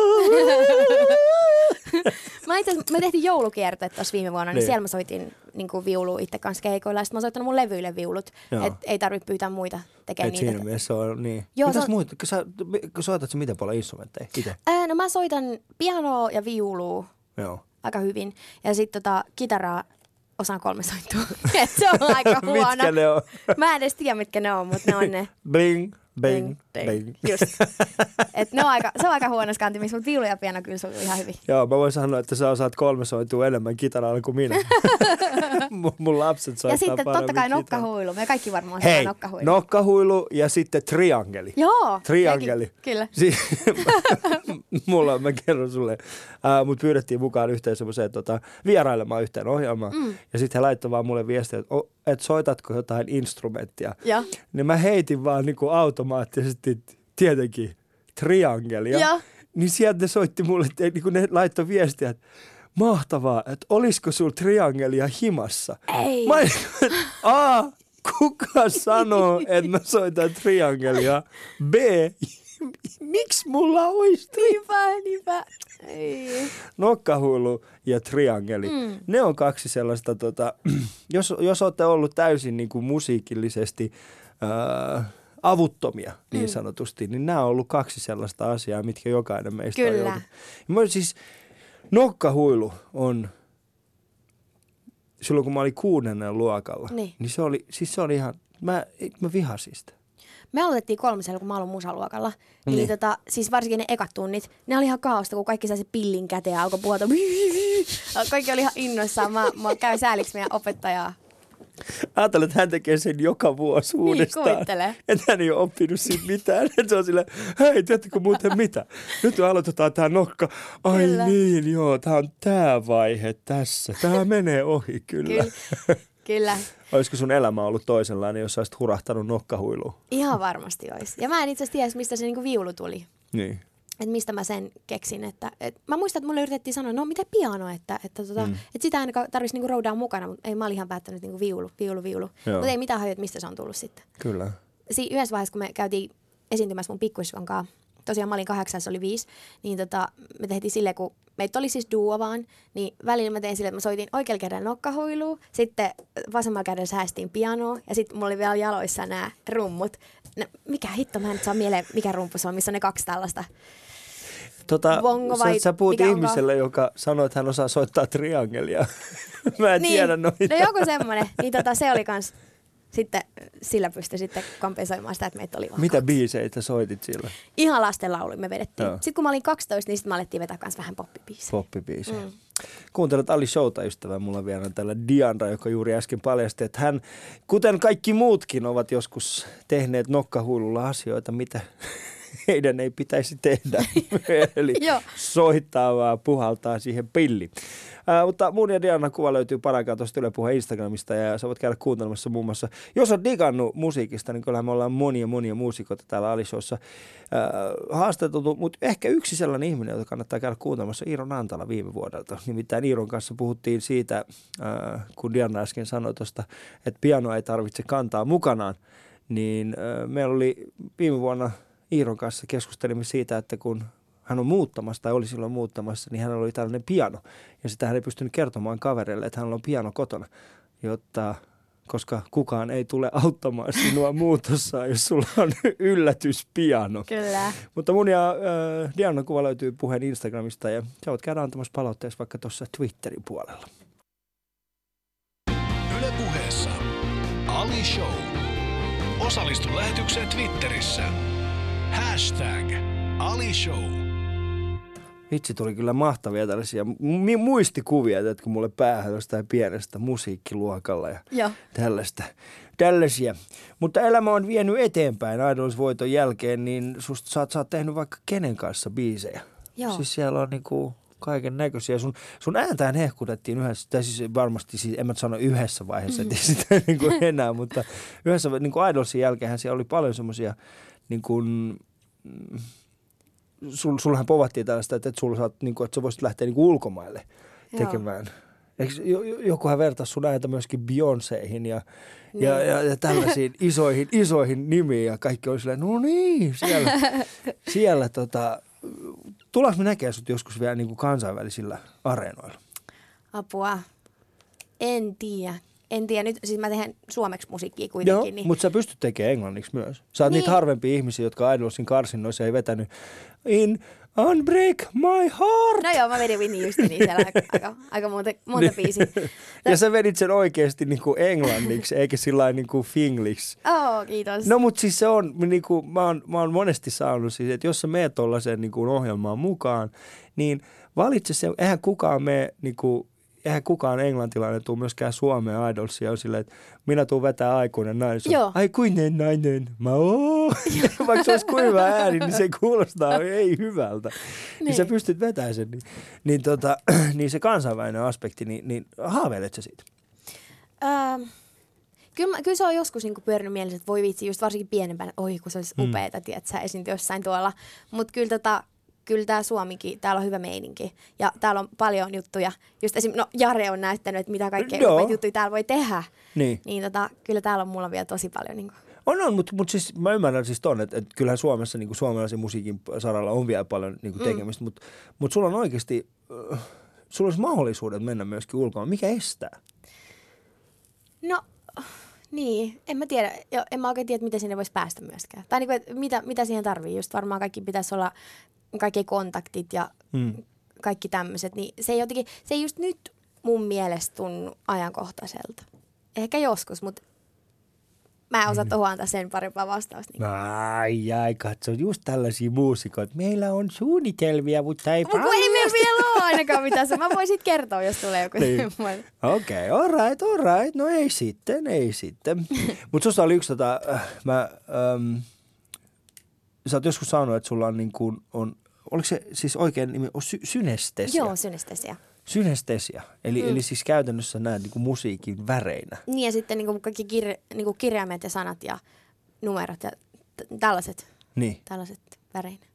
Mä, itse, me tehtiin joulukiertoet tuossa viime vuonna, niin, niin siellä mä soitin niin kuin viulua itse kanssa keikoilla. Ja sitten mä oon soittanut mun levyille viulut, että ei tarvitse pyytää muita tekemään niitä. Siinä mielessä on niin. Joo, mitäs so... muita? Kun, sä, kun soitat sä miten paljon instrumentteja itse? Ää, no mä soitan pianoa ja viulua Joo. aika hyvin. Ja sitten tota, kitaraa osaan kolme sointua. Se on aika huono. Mitkä ne on? Mä en edes tiedä, mitkä ne on, mutta ne on ne. Bling. Bing, bing. bing. Just. Et ne on aika, se on aika huonossa kantimissa, mutta viulu ja piano kyllä se on ihan hyvin. Joo, mä voin sanoa, että sä osaat kolme sointua enemmän kitaralla kuin minä. Mun lapset soittaa ja sitten totta kai nokkahuilu. Me kaikki varmaan osataan Hei, nokkahuilu. nokkahuilu ja sitten triangeli. Joo. Triangeli. Mekin, kyllä. Si- Mulla, mä kerron sulle. Uh, mut pyydettiin mukaan yhteen semmoiseen tota, vierailemaan yhteen ohjelmaan. Mm. Ja sitten he laittoi vaan mulle viestiä, että et soitatko jotain instrumenttia. Ja. Niin mä heitin vaan niinku automaattisesti tietenkin triangelia. Ja. Niin sieltä ne soitti mulle, että niin ne laittoi viestiä, että mahtavaa, että olisiko sulla triangelia himassa. Ei. Mä että A, kuka sanoo, että mä soitan triangelia? B, Miksi mulla olisi? Niinpä, niinpä. Ei. Nokkahuilu ja triangeli. Mm. Ne on kaksi sellaista, tota, jos, jos olette ollut täysin niin kuin musiikillisesti ää, avuttomia niin sanotusti, mm. niin nämä on ollut kaksi sellaista asiaa, mitkä jokainen meistä Kyllä. on joutunut. Siis nokkahuilu on, silloin kun mä olin kuudennen luokalla, niin, niin se, oli, siis se oli ihan, mä, mä vihasin sitä. Me aloitettiin kolmisella, kun mä olin musaluokalla. Niin. Niin tota, siis varsinkin ne ekat tunnit, ne oli ihan kaaosta, kun kaikki sai se pillin käteen ja alkoi puhuta. Kaikki oli ihan innoissaan. Mä, mä käyn sääliksi meidän opettajaa. Ajattelen, että hän tekee sen joka vuosi niin, uudestaan. kuvittele. Että hän ei ole oppinut siitä mitään. Että se on silleen, hei, tiedättekö muuten mitä? Nyt aloitetaan tämä nokka. Ai kyllä. Niin, joo, tämä on tämä vaihe tässä. Tämä menee ohi kyllä. Kyllä. Kyllä. Olisiko sun elämä ollut toisenlainen, jos olisit hurahtanut nokkahuiluun? Ihan varmasti olisi. Ja mä en itse asiassa tiedä, mistä se niinku viulu tuli. Niin. Että mistä mä sen keksin. Että, et, mä muistan, että mulle yritettiin sanoa, no mitä piano, että, että, tota, mm. että sitä ainakaan tarvitsisi niinku roudaa mukana, mutta ei, mä olin ihan päättänyt niinku viulu, viulu, viulu. Mutta ei mitään hajua, mistä se on tullut sitten. Kyllä. Si- yhdessä vaiheessa, kun me käytiin esiintymässä mun pikkusiskon kanssa, tosiaan mä olin kahdeksan, se oli viisi, niin tota, me tehtiin silleen, kun meitä oli siis duo vaan, niin välillä mä tein silleen, että mä soitin oikealla kädellä nokkahuilua, sitten vasemmalla kädellä säästiin pianoa, ja sitten mulla oli vielä jaloissa nämä rummut. No, mikä hitto, mä en nyt saa mieleen, mikä rumpu se on, missä on ne kaksi tällaista. Tota, Bongo vai sä, sä puhut ihmiselle, onko? joka sanoo, että hän osaa soittaa triangelia. Mä en niin, tiedä noita. No joku semmoinen, niin tota, se oli kans. Sitten sillä pystyi sitten kompensoimaan sitä, että meitä oli vaan mitä kaksi. biiseitä soitit sillä? Ihan lastenlauluja me vedettiin. Joo. Sitten kun mä olin kaksitoista, niin sitten me alettiin vetää myös vähän poppibiisejä. Poppibiisejä. Mm. Kuuntelet Ali Showta, ystävä. Mulla on vielä täällä Diandra, joka juuri äsken paljasti, että hän, kuten kaikki muutkin, ovat joskus tehneet nokkahuilulla asioita, mitä heidän ei pitäisi tehdä. Eli soittaa vaan, puhaltaa siihen pilliin. Äh, mutta mun ja Dianan kuva löytyy paraikaa tuosta Yle Puheen Instagramista ja sä voit käydä kuuntelemassa muun muassa. Jos on digannut musiikista, niin kyllähän me ollaan monia monia muusikoita täällä Ali Showssa äh, haastateltu, mutta ehkä yksi sellainen ihminen, jota kannattaa käydä kuuntelemassa, Iiro Nantala viime vuodelta. Nimittäin Iiron kanssa puhuttiin siitä, äh, kun Diana äsken sanoi tuosta, että pianoa ei tarvitse kantaa mukanaan, niin äh, meillä oli viime vuonna Iiron kanssa keskustelimme siitä, että kun hän on muuttamassa tai oli silloin muuttamassa, niin hänellä oli tällainen piano. Ja sitä hän ei pystynyt kertomaan kaverille, että hänellä on piano kotona, jotta, koska kukaan ei tule auttamaan sinua muutossa, jos sulla on yllätyspiano. Kyllä. Mutta mun ja äh, Dianan kuva löytyy Puheen Instagramista ja sä voit käydä antamassa palautteessa vaikka tuossa Twitterin puolella. Yle Puheessa Ali Show. Osallistu lähetykseen Twitterissä. Hashtag Ali Show. Vitsi, tuli kyllä mahtavia tällaisia mu- muistikuvia, että kun mulle päähän jostain pienestä musiikkiluokalla ja Joo. tällaista. Tällaisia. Mutta elämä on vienyt eteenpäin Idols-voiton jälkeen, niin susta sä oot, sä oot tehnyt vaikka kenen kanssa biisejä. Joo. Siis siellä on niinku kaiken näköisiä. Sun, sun ääntään hehkutettiin yhdessä, tai siis varmasti, siis en mä sano yhdessä vaiheessa, mm. ettei sitä niinku enää, mutta yhdessä niinku Idolsin jälkeenhän siellä oli paljon semmoisia niinku, sul, sullahan povattiin tällaista, että, et sulla saat, niinku, että sä voisit lähteä niinku ulkomaille tekemään. Eikö jokuhan vertaisi sun ääntä myöskin Beyoncéihin ja, niin. ja, ja, ja tällaisiin isoihin, isoihin nimiin ja kaikki oli silleen, no niin, siellä, siellä tota, tullaanko me näkee sut joskus vielä niinku kansainvälisillä areenoilla? Apua. En tiedä. En tiedä. Nyt siis mä teen suomeksi musiikkia kuitenkin. Joo, niin. mutta sä pystyt tekemään englanniksi myös. Sä oot niin. niitä harvempia ihmisiä, jotka Idolsin karsinnoissa ei vetänyt in Unbreak My Heart. No joo, mä vedin Whitney Houstonin siellä aika, aika, aika monta, monta biisiä. Ja sä vedit sen oikeasti niinku englanniksi, eikä sillain niinku fingliksi. Oh, kiitos. No mut siis se on, niinku, mä, oon, mä oon monesti saanut siis, että jos sä meet tollaiseen niinku ohjelmaan mukaan, niin valitse se, eihän kukaan mene niinku, eihän kukaan englantilainen tule myöskään Suomeen Idolsia on silleen, että minä tuun vetää aikuinen nainen. Aikuinen nainen, mä oon. Vaikka se olisi kuiva ääni, niin se kuulostaa ei hyvältä. Niin, niin sä pystyt vetämään sen. Niin, niin, tota, niin se kansainvälinen aspekti, niin, niin haaveilet sä siitä? Ähm, kyllä, kyllä se on joskus niinku pyörinyt mielessä, että voi vitsi, just varsinkin pienempänä, oi kun se olisi mm. upeeta, että sä esiintyy jossain tuolla. Mutta kyllä tota... Kyllä tämä Suomikin, täällä on hyvä meininki ja täällä on paljon juttuja. Just esimerkiksi, no Jare on näyttänyt, että mitä kaikkea upeita juttuja täällä voi tehdä. Niin. Niin tota, kyllä täällä on mulla vielä tosi paljon. Niin On, on, mutta mut siis mä ymmärrän siis ton, että et kyllähän Suomessa niin kuin suomalaisen musiikin saralla on vielä paljon niin kuin tekemistä, mm. mutta mut sulla on oikeasti, äh, sulla olisi mahdollisuudet mennä myöskin ulkomaan. Mikä estää? No, niin, en mä tiedä. En mä oikein tiedä, miten sinne voisi päästä myöskään. Tai niin kuin, että mitä, mitä siihen tarvii. Just varmaan kaikki pitäisi olla, kaikki kontaktit ja mm. kaikki tämmöiset. Niin se ei jotenkin, se ei just nyt mun mielestä tunnu ajankohtaiselta. Ehkä joskus, mutta mä en osaa tuohon antaa sen parempaa vastausta. Niin. Ai, ai, katso, just tällaisia muusikoita. Meillä on suunnitelmia, mutta ei paljon. Mutta ei me vielä ole ainakaan mitään. Mä voin sit kertoa, jos tulee joku niin. semmoinen. Okei, okay, all right, all right. No ei sitten, ei sitten. Mutta susta oli yksi tota, äh, mä, ähm, sä oot joskus sanonut, että sulla on niin kuin, on, oliko se siis oikein nimi, on sy- synestesia? Joo, synestesia. Synestesia, eli, mm. eli siis käytännössä näet niin kuin musiikin väreinä. Niin ja sitten niin kuin kaikki kir- niin kuin kirjaimet ja sanat ja numerot ja t- tällaiset, niin. tällaiset väreinä.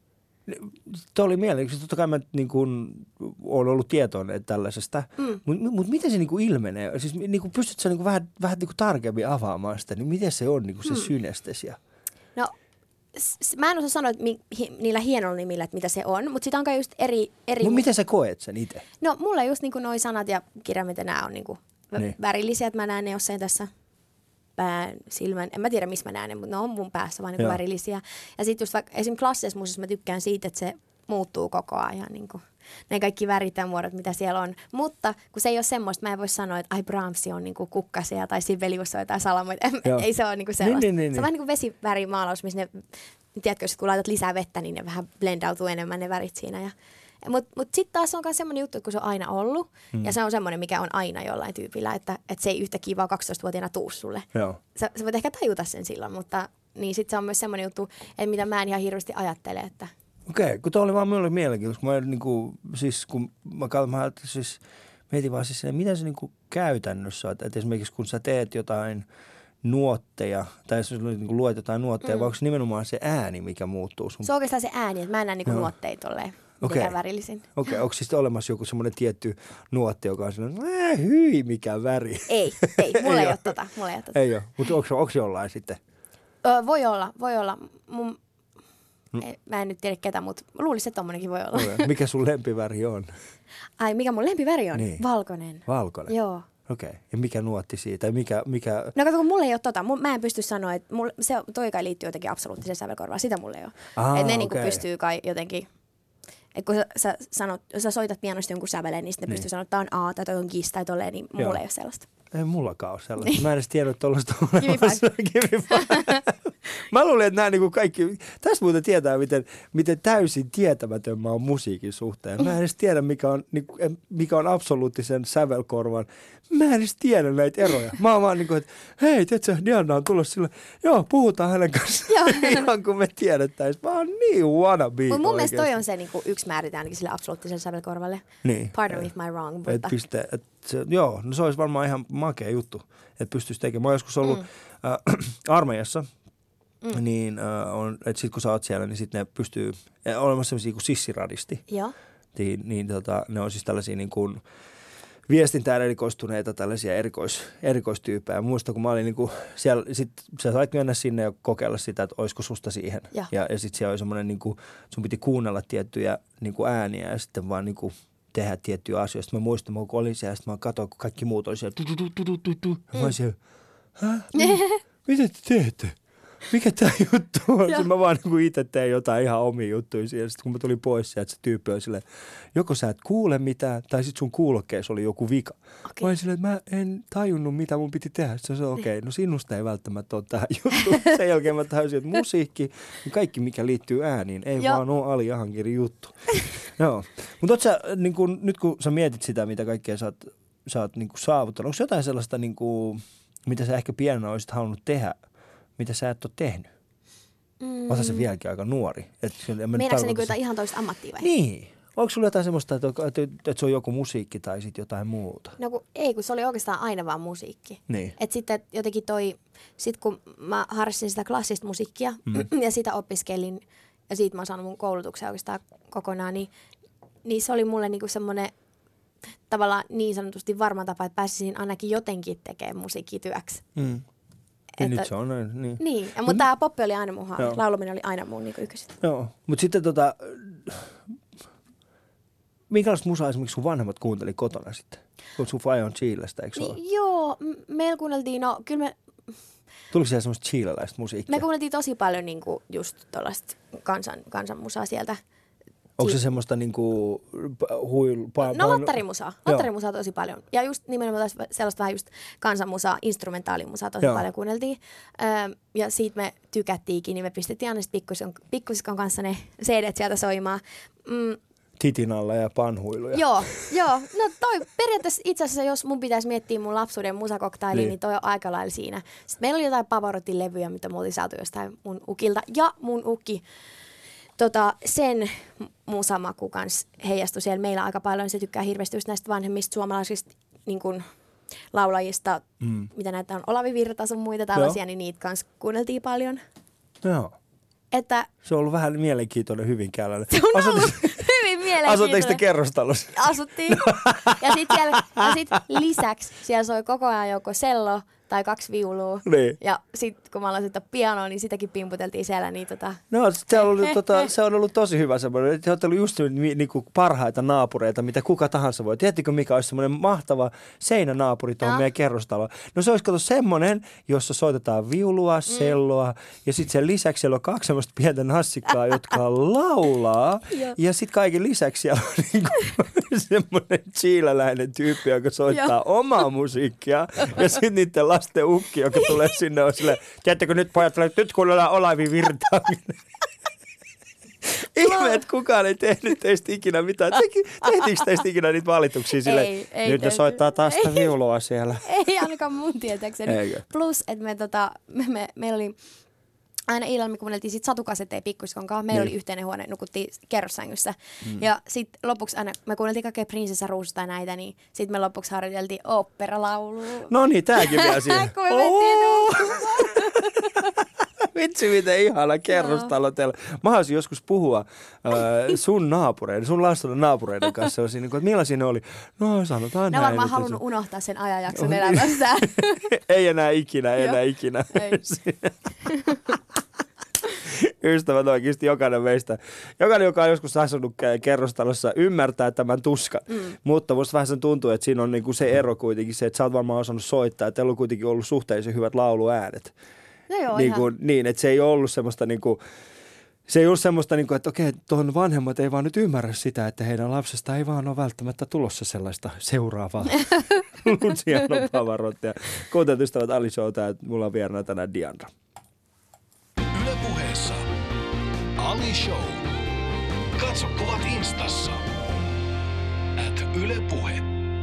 Tuo oli mielenkiintoista. Totta kai mä niin kuin, olen ollut tietoinen tällaisesta, mm. mutta mut miten se niin kuin ilmenee? Siis, niin kuin, pystytkö niin kuin vähän, vähän niin kuin tarkemmin avaamaan sitä? Niin miten se on niin kuin se mm. synestesia? No s- mä en osaa sanoa että mi- hi- niillä hienoilla nimillä, että mitä se on, mutta sitä on kai just eri... eri mutta miten sä koet sen itse? No mulla just niin kuin noi sanat ja kirjaimet ja nämä on niin kuin niin. värillisiä, että mä näen ne jossain tässä pään, silmän, en mä tiedä missä mä näen ne, mutta ne on mun päässä vaan niin kuin värillisiä. Ja sitten just vaikka esimerkiksi klassisessa muusissa mä tykkään siitä, että se muuttuu koko ajan, niin kuin ne kaikki värit ja muodot, mitä siellä on. Mutta kun se ei ole semmoista, mä en voi sanoa, että ai Brahmsi on niin kuin kukkasia tai Sibelius on jotain salamoita. Ei se ole niin kuin sellaista. Niin, niin, niin, se on vähän niin kuin vesivärimaalaus, missä ne, tiedätkö, kun laitat lisää vettä, niin ne vähän blendautuu enemmän ne värit siinä. Ja, mutta mut sitten taas on myös semmoinen juttu, että kun se on aina ollut, mm. ja se on semmoinen, mikä on aina jollain tyypillä, että, että se ei yhtäkkiä vaan kaksitoistavuotiaana tuu sulle. Joo. Sä, sä voit ehkä tajuta sen silloin, mutta niin sitten se on myös semmoinen juttu, että mitä mä en ihan hirveästi ajattele, että... Okei, okay, kun tuo oli vaan minulle mielenkiintoista, kun mä niin kuin, siis kun mä katson, mä siis mietin vaan siis, mitä se niin kuin käytännössä, että, että esimerkiksi kun sä teet jotain nuotteja, tai jos niin kuin luet jotain nuotteja, mm. vai onko se nimenomaan se ääni, mikä muuttuu sun? Se on oikeastaan se ääni, että mä en näe niin kuin nuotteja tolleen. Okei, okay. värillisin. Okay. Onko siis olemassa joku semmoinen tietty nuotti, joka on sellainen, äh, hyi, mikä väri? Ei, ei, mulla ei, ei ole tota. Mulla ei ole tota. Ei ole, mutta onko, onko jollain sitten? Ö, voi olla, voi olla. Mun, mm. ei, mä en nyt tiedä ketä, mutta luulisin, että tommonenkin voi olla. Okay. Mikä sun lempiväri on? Ai, mikä mun lempiväri on? Niin. Valkoinen. Valkoinen? Joo. Okei, okay. Ja mikä nuotti siitä? Mikä, mikä... No kato, kun mulla ei ole tota. Mä en pysty sanoa, että mulla, se toikai liittyy jotenkin absoluuttiseen sävelkorvaan. Sitä mulla ei ole. Ah, että ne okay. niin pystyy kai jotenkin... Et kun sä, sä, sanot, jos sä soitat pianosta jonkun säveleen, niin sitten ne niin. pystyy sanoa, että tää on A tai toi on Gis tai tolleen, niin Joo. mulla ei ole sellaista. Ei mullakaan ole sellaista. Niin. Mä en edes tiedä, että tollaista on olemassa. Mä luulen, että nämä niinku kaikki... Tästä muuten tietää, miten, miten täysin tietämätön mä oon musiikin suhteen. Mä en edes tiedä, mikä on, mikä on absoluuttisen sävelkorvan. Mä en edes tiedä näitä eroja. Mä oon vaan niin kuin, että hei, tiedätkö, Diana on tulossa sillä, joo, puhutaan hänen kanssaan. Ihan kun me tiedettäisiin. Mä oon niin wannabe. Mutta mun mielestä toi on se niin yksi määritä ainakin sille absoluuttiselle sävelkorvalle. Niin. Pardon if my wrong. Mutta... Et piste, et se, joo, no se olisi varmaan ihan makea juttu, että pystyisi tekemään. Mä oon joskus ollut mm. äh, armeijassa. Mm. Niin, äh, on, että sitten kun sä oot siellä, niin sitten ne pystyy, äh, olemassa sellaisia kuin sissiradisti. Joo. Niin, niin tota, ne on siis tällaisia niin kuin viestintään erikoistuneita tällaisia erikois, erikoistyyppejä. Muistan, kun mä olin niin kuin siellä, sit sä sait mennä sinne ja kokeilla sitä, että olisiko susta siihen. Ja, ja, ja sitten siellä oli semmoinen, niin kuin, sun piti kuunnella tiettyjä niin kuin ääniä ja sitten vaan niin kuin tehdä tiettyjä asioita. Sitten mä muistan, kun olin siellä, sitten mä katsoin, kun kaikki muut oli siellä. Tu, tu, tu, tu, tu, tu. Ja mä olin siellä, häh? Mitä te teette? Mikä tää juttu on? Sitten mä vaan niin itse tein jotain ihan omia juttuja siellä. Sitten kun mä tulin pois sieltä, se tyyppi oli silleen, joko sä et kuule mitään, tai sit sun kuulokkeessa oli joku vika. Okay. Mä olin silleen, että mä en tajunnut, mitä mun piti tehdä. Sitten se on okei, okay, no sinusta ei välttämättä ole tähän juttu. Sen jälkeen mä tajusin, että musiikki, kaikki mikä liittyy ääniin, ei Joo. vaan ole Ali Jahankirin juttu. Joo. Mutta sä, niin kun, nyt kun sä mietit sitä, mitä kaikkea sä oot, sä oot niin kun saavuttanut, onko jotain sellaista, niin kun, mitä sä ehkä pienenä olisit halunnut tehdä, mitä sä et ole tehnyt? Mm. Osa se vieläkin aika nuori. Meinaatko se niinku jotain ihan toista ammattia vai? Niin. Onko sulla jotain semmoista, että, että, että se on joku musiikki tai sitten jotain muuta? No kun, ei, kun se oli oikeastaan aina vaan musiikki. Niin. Että sitten jotenkin toi, sit kun mä harrastin sitä klassista musiikkia mm. ja sitä opiskelin ja siitä mä oon saanut mun koulutuksen oikeastaan kokonaan, niin, niin se oli mulle niinku semmoinen tavallaan niin sanotusti varma tapa, että pääsisin ainakin jotenkin tekemään musiikkityöksi. Mm. Niin nyt se on näin, niin. Niin, mutta Mut, tämä poppi oli aina mun Joo. laulaminen oli aina mun niin ykköset. Joo, mutta sitten tota, minkälaista musaa esimerkiksi sun vanhemmat kuunteli kotona sitten? Kun sun faija on Chilestä, eikö ole? Niin, joo, m- meillä kuunneltiin, no kyllä me... Tuliko siellä semmoista chileläistä musiikkia? Me kuunneltiin tosi paljon niinku just tuollaista kansan, kansanmusaa sieltä. Onko se semmoista niinku huil... Pa, no lattarimusaa. Lattarimusaa tosi paljon. Ja just nimenomaan sellaista vähän just kansanmusaa, instrumentaalimusaa tosi Joo. paljon kuunneltiin. Öö, ja siitä me tykättiinkin, niin me pistettiin aina pikkusiskon, pikkusiskon kanssa ne C D:t sieltä soimaan. Mm. Titin alla ja panhuiluja. Joo, joo. No toi periaatteessa itse asiassa, jos mun pitäisi miettiä mun lapsuuden musakoktailiin, niin. niin toi on aika lailla siinä. Sitten meillä oli jotain Pavarotti-levyjä, mitä me oltiin saatu jostain mun ukilta. Ja mun ukki, tota, sen musamaku kanssa heijastui siellä meillä aika paljon. Se tykkää hirveästi just näistä vanhemmista suomalaisista niin kun, laulajista, mm. mitä näitä on, Olavi Virta sun muita tällaisia, joo. niin niitä kanssa kuunneltiin paljon. Joo. Että, se on ollut vähän mielenkiintoinen Hyvinkääläinen. Se on ollut hyvin mielenkiintoinen. Asutteko te kerrostalossa? Asuttiin. Ja sitten sit lisäksi siellä soi koko ajan joko sello tai kaksi viulua. Niin. Ja sitten kun mä aloin soittaa pianoa, niin sitäkin pimputeltiin siellä. Niin tota... No se on, ollut, tota, se on ollut tosi hyvä semmoinen. Te olette ollut just niinku parhaita naapureita, mitä kuka tahansa voi. Tiedättekö, mikä olisi semmoinen mahtava seinänaapuri tuohon no. meidän kerrostaloon? No se olisi kato semmoinen, jossa soitetaan viulua, selloa mm. ja sitten sen lisäksi siellä on kaksi semmoista pientä nassikkaa, jotka laulaa. Ja sitten kaiken lisäksi siellä on niinku semmoinen chileläinen tyyppi, joka soittaa omaa musiikkia ja sitten niiden lasten ukki, joka tulee sinne on silleen, tiedättekö nyt pojat, nyt kuunnellaan Olavi Virtaa. Ihme, että kukaan ei tehnyt teistä ikinä mitään. Tehtiinkö teistä ikinä niitä valituksia silleen, ei, ei nyt ne soittaa taas sitä viulua siellä. Ei ainakaan mun tietääkseni. Eikö? Plus, että me, tota, me, me, meillä oli aina illalla me kuunneltiin sit satukasetteja pikkusiskon kanssa. Meillä niin. oli yhteinen huone, nukuttiin kerrossängyssä. Mm. Ja sitten lopuksi aina, me kuunneltiin kaikkea Prinsessa Ruususta ja näitä, niin sitten me lopuksi harjoiteltiin oopperalaulua. No niin, tääkin vielä siihen. Kun me mentiin Vitsi, miten ihana kerrostalo teillä. Mä haluaisin joskus puhua äh, sun naapureiden, sun lasten naapureiden kanssa. Niin kuin, että millaisia ne oli? No sanotaan ne näin. Ne on varmaan halunnut unohtaa sen ajanjakson elämässään. Ei enää ikinä, ei enää ikinä. Ei. Ystävät oikeasti jokainen meistä. Jokainen, joka on joskus asunut kerrostalossa, ymmärtää tämän tuskan. Mm. Mutta musta vähän sen tuntuu, että siinä on niinku se ero kuitenkin se, että sä oot varmaan osannut soittaa. Ja teillä on kuitenkin ollut suhteellisen hyvät lauluäänet. No joo, niin, kuin, niin, että se ei ollut semmoista niinku, se ei ollut semmoista niinku, että okei, tuon vanhemmat ei vaan nyt ymmärrä sitä, että heidän lapsesta ei vaan ole välttämättä tulossa sellaista seuraavaa Luciano Pavarottia. Kuuntelut ystävät Ali Showta, että mulla on vieraana tänään Diandra. Yle Puheessa Ali Show. Katso kuvat Instassa. At Yle Puhe.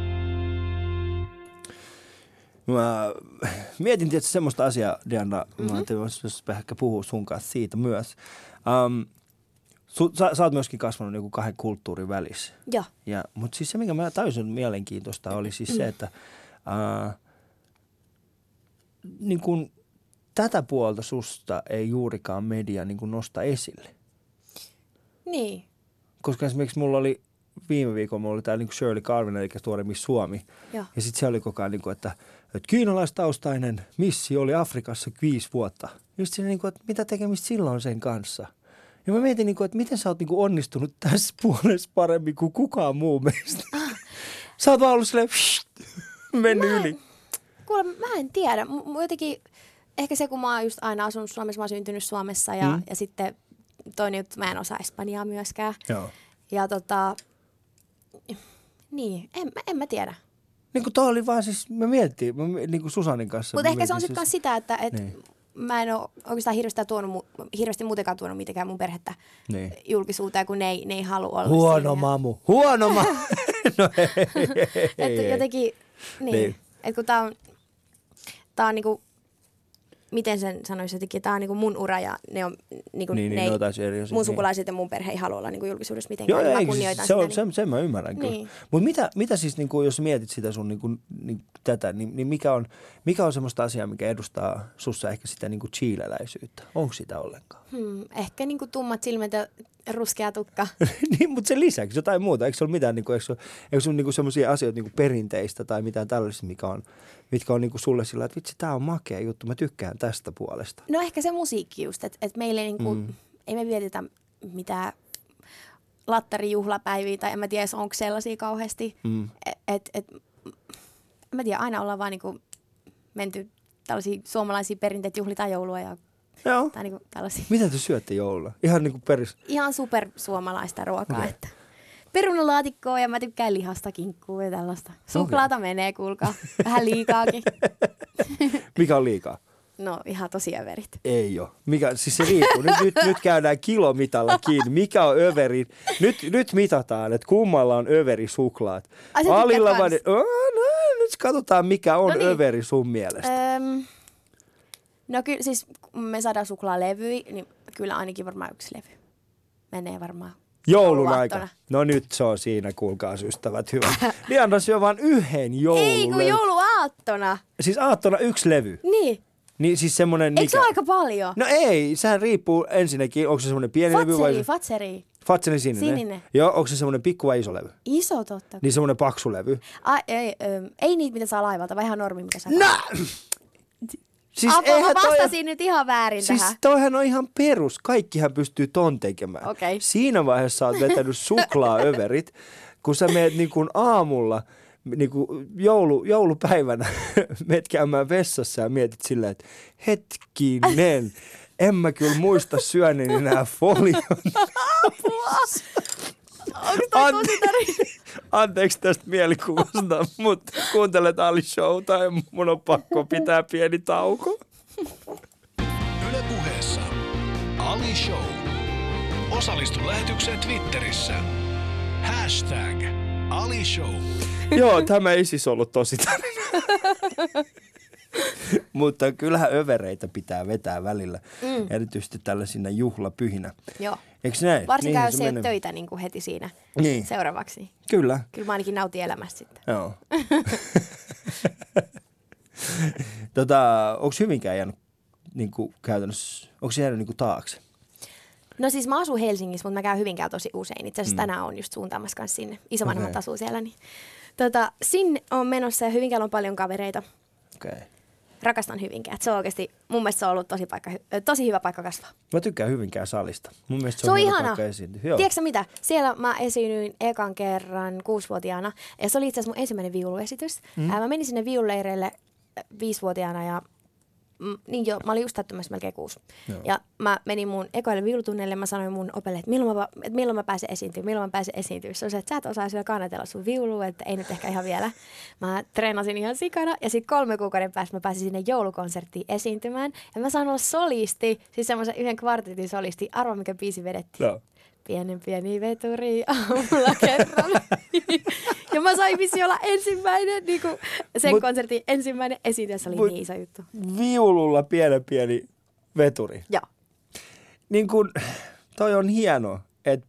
Mä mietin tietysti semmoista asiaa, Diandra, mm-hmm. mä ajattelin, jos ehkä puhua sun kanssa siitä myös. Um, su, sä, sä oot myöskin kasvanut niin kuin kahden kulttuurin välissä. Joo. Ja, mutta siis se, mikä mä täysin mielenkiintoista, oli siis se, että uh, niin kuin, tätä puolta susta ei juurikaan media niin kuin nosta esille. Niin. Koska esimerkiksi mulla oli viime viikolla, mulla oli täällä niin kuin Shirley Carvin, eli tuore Miss Suomi. Joo. Ja sitten se oli koko ajan, niin kuin, että, että kiinalaistaustainen missi oli Afrikassa viisi vuotta. Just siinä, niin kuin, että mitä tekemistä silloin sen kanssa. Ja mä mietin, niin kuin, että miten sä oot niin kuin onnistunut tässä puolessa paremmin kuin kukaan muu meistä. Sä oot vaan ollut silleen, mennyt mä, yli. Kuule, mä en tiedä. M- jotenkin, ehkä se, kun mä oon just aina asunut Suomessa, mä oon syntynyt Suomessa ja, mm. ja sitten toinen juttu, mä en osaa espanjaa myöskään. Joo. Ja tota, niin, en, en mä tiedä. Niin kuin toi oli vaan siis, me mietittiin, me, niin kuin Susanin kanssa. Mutta ehkä se on sitten siis sitä, että et niin. mä en ole oikeastaan hirveästi, tuonut, hirveästi muutenkaan tuonut mitenkään mun perhettä niin. julkisuuteen, kun ne ei, ne ei halua olla Huono siinä. mamu, huono mamu. No ei, ei, ei, että ei. jotenkin, niin, niin. että kun tää on, tää on niinku, miten sen sanoisi jotenkin, tää on niinku mun ura ja ne on niinku, niin, ne niin, ei, no, eri mun sukulaiset ja mun perhe ei halua olla niinku julkisuudessa mitenkään. Joo, mä ei, kunnioitan se sitä. On, sen, sen mä ymmärrän kyllä. Niin. Mutta mitä, mitä siis, niinku, jos mietit sitä sun niinku, niin, tätä, niin, niin mikä, on, mikä on semmoista asiaa, mikä edustaa sussa ehkä sitä niinku chileläisyyttä? Onko sitä ollenkaan? Hmm, ehkä niinku tummat silmät ja Ruskea tukka. Niin, mutta sen lisäksi jotain muuta. Eikö se ole mitään, niinku, eikö se ole, eikö se ole niinku sellaisia asioita niinku perinteistä tai mitään tällaista, mikä on, mitkä on niinku sulle sillä, että vitsi, tää on makea juttu, mä tykkään tästä puolesta. No ehkä se musiikki just, että et meille niinku, mm. ei me vietetä mitään lattarijuhlapäiviä tai en mä tiedä, onko sellaisia kauheasti. Mm. Et, et, en mä tiedä, aina ollaan vaan niinku menty tällaisia suomalaisia perinteitä, juhlitaan joulua ja Joo. tai niinku tällaisia. Mitä te syötte joulua? Ihan niinku peris... Ihan super suomalaista ruokaa, Okay. että perunalaatikkoa ja mä tykkään lihasta, kinkkua ja tällaista. Suklaata okay. menee, kuulkaa. Vähän liikaakin. Mikä on liikaa? No ihan tosi överit. Ei ole. Mikä, siis se riippuu. Nyt, nyt, nyt käydään kilomitalla kiinni. Mikä on överi? Nyt, nyt mitataan, että kummalla on överi suklaat. Ai sä Alilla tykkäät vai... Oh, no, nyt katsotaan, mikä on no niin. överi sun mielestä. Öm, no kyllä siis, kun me saadaan suklaalevyä, niin kyllä ainakin varmaan yksi levy. Menee varmaan. Joulun aika. No nyt se on siinä, kuulkaas ystävät, hyvä. Lianda syö vaan yhden joululevy. Ei, kun jouluaattona. Siis aattona yksi levy. Niin. Niin siis semmonen... Eikö mikä... se ole aika paljon? No ei, sehän riippuu ensinnäkin, onko se semmoinen pieni Fatseri, levy vai... Se... Fatseri. Fatseri sininen. Sininen. Joo, onko se semmoinen pikku vai iso levy? Iso totta. Niin semmoinen paksu levy. Ai, ei, ö, ei niitä, mitä saa laivalta, vaan ihan normi, mitä saa. No! Siis Apua, mä toi... vastasin nyt ihan väärin siis tähän. toihan on ihan perus. Kaikkihan pystyy ton tekemään. Okay. Siinä vaiheessa sä oot vetänyt suklaaöverit, kun sä meet niin kuin aamulla, niin kuin joulu, joulupäivänä, meet käymään vessassa ja mietit silleen, että hetkinen, en mä kyllä muista syöneeni enää folion. Apua! Onko toi tosi tarina? Anteeksi tästä mielikuvasta, mutta kuuntelet Ali Showta ja mun on pakko pitää pieni tauko. Yle Puheessa Ali Show. Osallistu lähetykseen Twitterissä. Hashtag Ali Show. Joo, tämä ei siis ollut tosi tarina. Mutta kyllähän övereitä pitää vetää välillä, mm. erityisesti tällaisina juhlapyhinä. Joo. Eikö näin? Varsinkaan, jos ei ole töitä niin kuin heti siinä niin. seuraavaksi. Kyllä. Kyllä mä ainakin nautin elämästä sitten. Joo. tota, onko Hyvinkään jäänyt niin kuin käytännössä, onko se jäänyt niin kuin taakse? No siis mä asun Helsingissä, mutta mä käyn Hyvinkään tosi usein. Itse asiassa mm. tänään on just suuntaamassa kanssa sinne. Isovanhemmat okay. asuu siellä. Niin. Tota, sinne on menossa ja Hyvinkäällä on paljon kavereita. Okei. Okay. Rakastan Hyvinkää. Se on oikeasti, mun mielestä se on ollut tosi, paikka, tosi hyvä paikka kasvaa. Mä tykkään Hyvinkään salista. Mun mielestä se, se on, on ihana. Tiedätkö sä mitä? Siellä mä esiinnyin ekan kerran kuusivuotiaana. Ja se oli itse asiassa mun ensimmäinen viuluesitys. Mm. Ää, mä menin sinne viululeireille viisivuotiaana ja mm, niin jo, mä olin just täyttämässä melkein kuusi. Joo. Ja mä menin mun ekoille viulutunneille ja mä sanoin mun opelle, että milloin mä, että milloin mä pääsen esiintyä, milloin mä pääsen esiintyä. Se on se, että sä et osaa vielä kannatella sun viulua, että ei nyt ehkä ihan vielä. Mä treenasin ihan sikana ja sitten kolme kuukauden päästä mä pääsin sinne joulukonserttiin esiintymään. Ja mä saan olla solisti, siis semmoisen yhden kvartetin solisti. Arva mikä biisi vedettiin. No. Pienen pieni veturi aamulla kerran. Ja mä sain vissi olla ensimmäinen, niin kuin sen mut, konsertin ensimmäinen esiintyjä. Se oli niin iso juttu. Viululla pienen pieni veturi. Joo. Niin kun, toi on hieno, että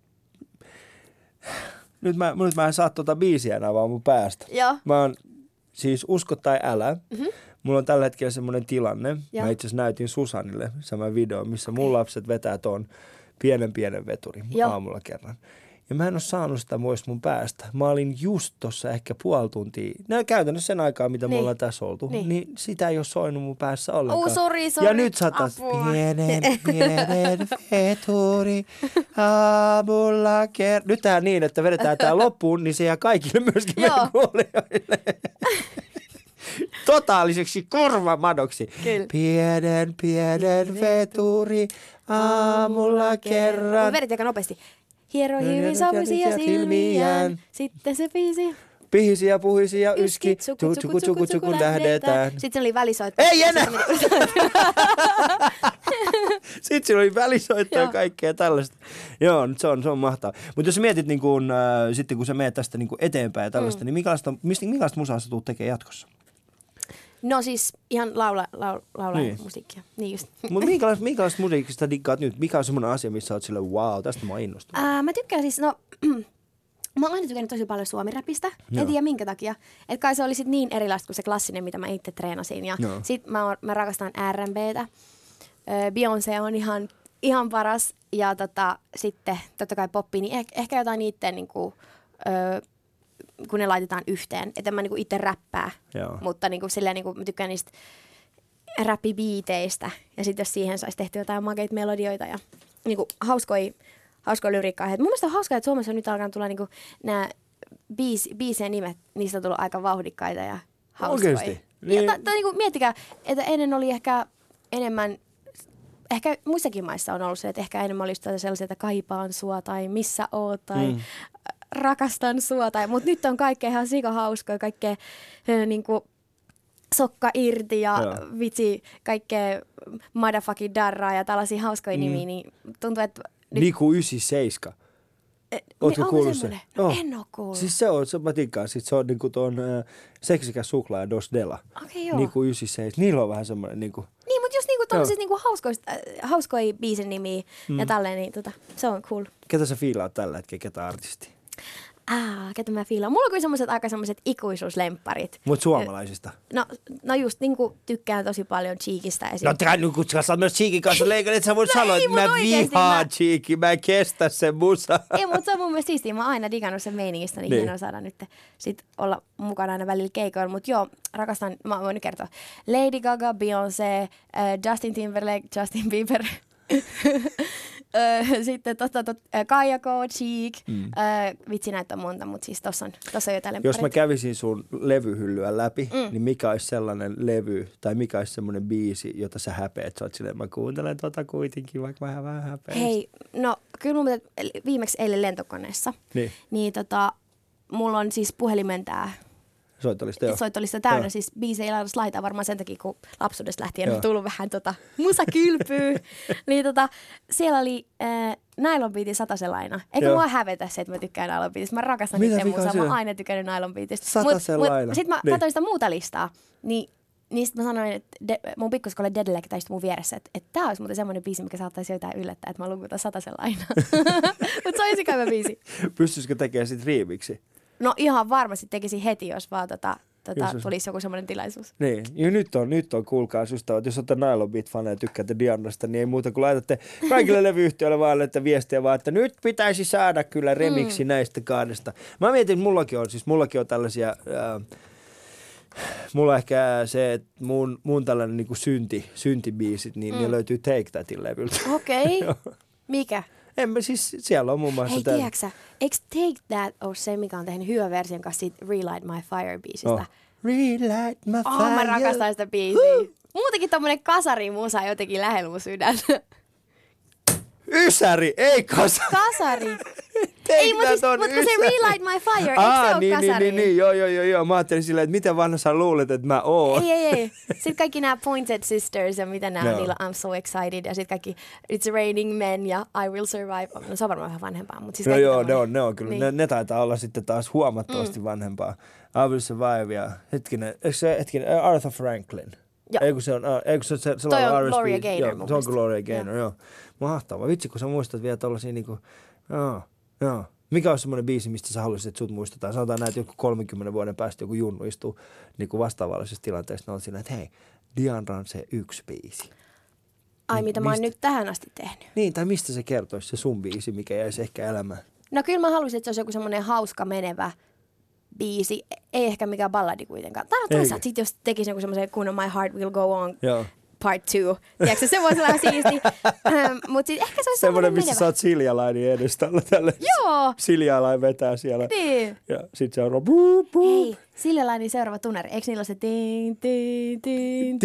nyt mä, nyt mä en saa tota biisiä enää vaan mun päästä. Joo. Mä oon siis usko tai älä. Mm-hmm. Mulla on tällä hetkellä semmoinen tilanne. Joo. Mä itse asiassa näytin Susanille sama video, missä okay. mun lapset vetää ton pienen pienen veturi Joo. aamulla kerran. Ja mä en ole saanut sitä muista mun päästä. Mä olin just tossa ehkä puoli tuntia, no käytännössä sen aikaa, mitä niin. me ollaan tässä oltu, niin. niin sitä ei ole soinut mun päässä ollenkaan. Oh, sorry, sorry. Ja nyt sä taas pienen pienen veturi aamulla kerran. Nyt tää niin, että vedetään tää loppuun, niin se jää kaikille myöskin meidän kuulijoille. Totaaliseksi korvamadoksi. Kyllä. Pienen pienen veturi aamulla kerran. Vedit aika nopeasti. Hiero hyvin savuisia silmiään. Sitten se biisi. Pihisi ja puhisi ja yski. Tsuku tsuku tsuku tsuku lähdetään. Sitten se oli välisoitto. Ei enää! Sitten siinä oli välisoitto ja kaikkea tällaista. Joo, se on, se on mahtavaa. Mutta jos mietit, niin kun, äh, sitten kun sä menet tästä niin kun eteenpäin ja tällaista, mm. niin minkälaista, minkälaista musaa sä tulet tekemään jatkossa? No siis ihan laula, laula, laula niin. musiikkia. Niin just. Mutta minkälaista, minkälaista musiikista diggaat nyt? Mikä on semmoinen asia, missä oot silleen, wow, tästä mä oon innostunut? Ää, mä tykkään siis, no mä oon aina tykännyt tosi paljon suomiräpistä. En tiedä minkä takia. Että kai se oli sit niin erilaista kuin se klassinen, mitä mä itse treenasin. Ja Joo. sit mä, oon, mä rakastan R and B:tä. Beyoncé on ihan ihan paras. Ja tota, sitten totta kai poppi, niin ehkä, ehkä jotain niitten niinku, öö, kun ne laitetaan yhteen. Että mä niinku itse räppää, Joo. mutta niinku, silleen, niinku, mä tykkään niistä räppibiiteistä. Ja sitten jos siihen saisi tehty jotain makeita melodioita ja niinku, hauskoja, hauskoja lyriikkaa. Mun mielestä on hauskaa, että Suomessa on nyt alkanut tulla niinku, nämä biis, biisien nimet, niistä on tullut aika vauhdikkaita ja hauskoja. Oikeesti? Niin. Ja, ta, ta, niinku, miettikää, että ennen oli ehkä enemmän, ehkä muissakin maissa on ollut se, että ehkä enemmän olisi sellaisia, että kaipaan sua tai missä oot tai mm. rakastan sua. Tai, mutta nyt on kaikkea ihan sikahauskoja, kaikkea niinku, sokka irti ja Joo. vitsi, kaikkea motherfucking darraa ja tällaisia hauskoja mm. nimiä, niin tuntuu, että... Nyt... Niku yhdeksänkymmentäseitsemän. Ootko niin, kuullut sen? No, no, en oo kuullut. Siis se on, se mä tikkaan. Sit se on niinku tuon äh, seksikäs suklaa ja Dos Dela. Okei, okay, joo. Niinku yhdeksänkymmentäseitsemän. Niillä on vähän semmoinen niinku... Niin, mutta just niinku tommosia niinku hauskoista, äh, hauskoja biisin nimiä mm. ja tälleen, niin tota, se on cool. Ketä sä fiilaat tällä hetkellä, ketä artisti? Ah, ketä mä fiilaan. Mulla on kyllä semmoiset aika semmoiset ikuisuuslempparit. Mut suomalaisista? No, no just niinku tykkään tosi paljon Cheekistä esim. No tää nyt kun sä oot myös Cheekin kanssa leikannut, et sä voit no sanoa, ei, että mä vihaan mä... Cheekin, mä en kestä sen musa. Ei, mutta se on mun mielestä siistiä. Mä oon aina digannut sen meiningistä, niin, niin. hienoa saada nyt sit olla mukana aina välillä keikoilla. Mut joo, rakastan, mä voin nyt kertoa. Lady Gaga, Beyoncé, uh, Justin Timberlake, Justin Bieber. Sitten tosta, tot, Kaija K, Cheek, mm. äh, vitsi näitä on monta, mutta siis tossa on, tossa on jotain lempareita. Jos mä kävisin sun levyhyllyä läpi, mm. niin mikä olisi sellainen levy tai mikä olisi semmoinen biisi, jota sä häpeät? Sä oot silleen, mä kuuntelen tota kuitenkin, vaikka vähän vähän häpeät. Hei, no kyllä mun mielestä viimeksi eilen lentokoneessa, niin, niin tota, mulla on siis puhelimen tää Soittolista, joo. Soittolista täynnä, joo. Siis biisejä laitaa varmaan sen takia, kun lapsuudesta lähtien joo. on tullut vähän tota musakylpyä. niin tota, siellä oli äh, Nylon Beatin Sataselaina. Eikä joo. mua hävetä se, että mä tykkään Nylon Beatista. Mä rakastan itse musaa, mä oon aina tykännyt Nylon Beatista. Sataselaina. Mut, sit mä niin. katsoin sitä muuta listaa, niin niin sit mä sanoin, että de, mun pikkuskolle Dedelle tai mun vieressä, että, että tää olisi muuten semmoinen biisi, mikä saattaisi jotain yllättää, että mä lukutan Sataselaina. Mut se olisi hyvä biisi. Pystyisikö tekemään sit riimiksi? No ihan varmasti tekisin heti, jos vaan tota, tota, jos tulisi joku semmoinen tilaisuus. Niin, ja nyt on, nyt on kuulkaa ystävät, jos olette Nylon Beat-faneja ja tykkäätte Dianasta, niin ei muuta kuin laitatte kaikille levyyhtiöille vaan että viestiä vaan, että nyt pitäisi saada kyllä remiksi mm. näistä kahdesta. Mä mietin, että mullakin on, siis mullakin on tällaisia... Äh, mulla ehkä se, että mun, mun tällainen niin kuin synti, syntibiisit, niin mm. ne löytyy Take Thatin levyltä. Okei. Okay. Mikä? En mä siis, siellä on muun muassa... Hei, tiedätkö eikö Take That ole se, mikä on tehnyt hyvän version kanssa siitä Relight My Fire-biisistä? Oh. Relight My oh, Fire. Mä rakastan sitä biisiä. Uh. Muutenkin tommonen kasarimusa jotenkin lähellä mun sydäntä. Ysäri, ei kasari. Kasari. Ei, mutta siis, mut se Relight My Fire, eikö Aa, se ole niin, kasari? Niin, niin, niin, joo, joo, joo, joo. Mä ajattelin silleen, että miten vanha sä luulet, että mä oon. Ei, ei, ei. Sitten kaikki nämä Pointed Sisters ja mitä nämä, no. niillä I'm So Excited ja sitten kaikki It's Raining Men ja I Will Survive. No se on varmaan vähän vanhempaa, mutta siis no joo, tämmöinen. ne on, ne on kyllä. Niin. Ne, ne taitaa olla sitten taas huomattavasti mm. vanhempaa. I Will Survive ja hetkinen, eikö se hetkinen, Arthur Franklin? Joo. Eikö se on, eikö se, se, se Toi on R S B, Gloria Gaynor joo, se on Gloria Gaynor, joo. Mahtavaa. Vitsi, kun sä muistat vielä tollasia niinku, joo, joo. Mikä on semmoinen biisi, mistä sä haluaisit, että sut muistetaan? Sanotaan näin, että joku kolmenkymmenen vuoden päästä joku junnu istuu niin vastaavallisessa tilanteessa. Ne on siinä, että hei, Diandra on se yksi biisi. Ai, niin, mitä mistä, mä oon nyt tähän asti tehnyt. Niin, tai mistä se kertoisi, se sun biisi, mikä jäisi ehkä elämään? No kyllä mä haluaisin, että se olisi joku semmoinen hauska menevä biisi. Ei ehkä mikään balladi kuitenkaan. Tai toisaalta sit, jos tekisi joku semmoisen kunnon My Heart Will Go On. Joo. Part two. Tiedätkö, se voisi olla siisti. ähm, Mutta siis ehkä se olisi semmoinen missä sä oot Siljalainen edustalla. Tälle. Joo. Siljalainen vetää siellä. Niin. Ja sit se on buup, buup. Hei, Siljalainen seuraava tunnari. Eikö niillä ole se ting, ting, ting,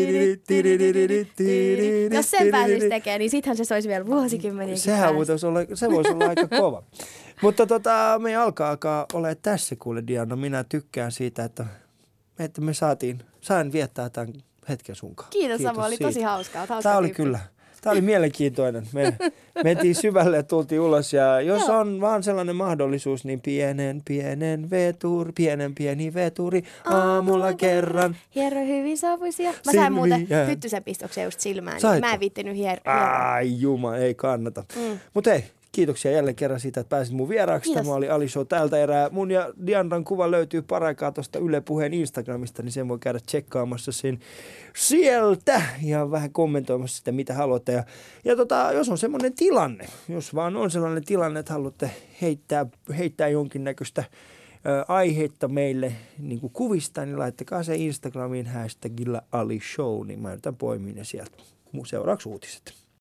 jos sen pääsisi tekemään, niin sittenhän se olisi vielä vuosikymmeniäkin Sehän voisi olla, se voisi olla aika kova. Mutta tota, me alkaa alkaa olla tässä kuule Diana. Minä tykkään siitä, että, että me saatiin, sain viettää tämän hetken sunkaan. Kiitos, Kiitos Samu, oli tosi hauskaa. Tämä oli kyllä, tämä oli mielenkiintoinen. Me mentiin syvälle ja tultiin ulos ja jos Joo. on vaan sellainen mahdollisuus, niin pienen pienen veturi, pienen pieni veturi aamulla kerran. Hierro hyvin saavuisia. Mä sain muuten hyttysen pistoksen just silmään. Saitko? Mä en viittinyt hier- hieroa. Ai juma, ei kannata. Mm. Mutta hei, kiitoksia jälleen kerran siitä, että pääsit mun vieraaksi. Kiitos. Tämä oli Ali Show tältä erää. Mun ja Diandran kuva löytyy paraikaa tuosta Yle Puheen Instagramista, niin sen voi käydä tsekkaamassa sen sieltä ja vähän kommentoimassa sitä, mitä haluatte. Ja, ja tota, jos on semmoinen tilanne, jos vaan on sellainen tilanne, että haluatte heittää, heittää jonkinnäköistä ä, aihetta meille niin kuin kuvista, niin laittakaa se Instagramiin hashtagilla Ali Show, niin mä yritän poimia ne sieltä. Seuraavaksi uutiset.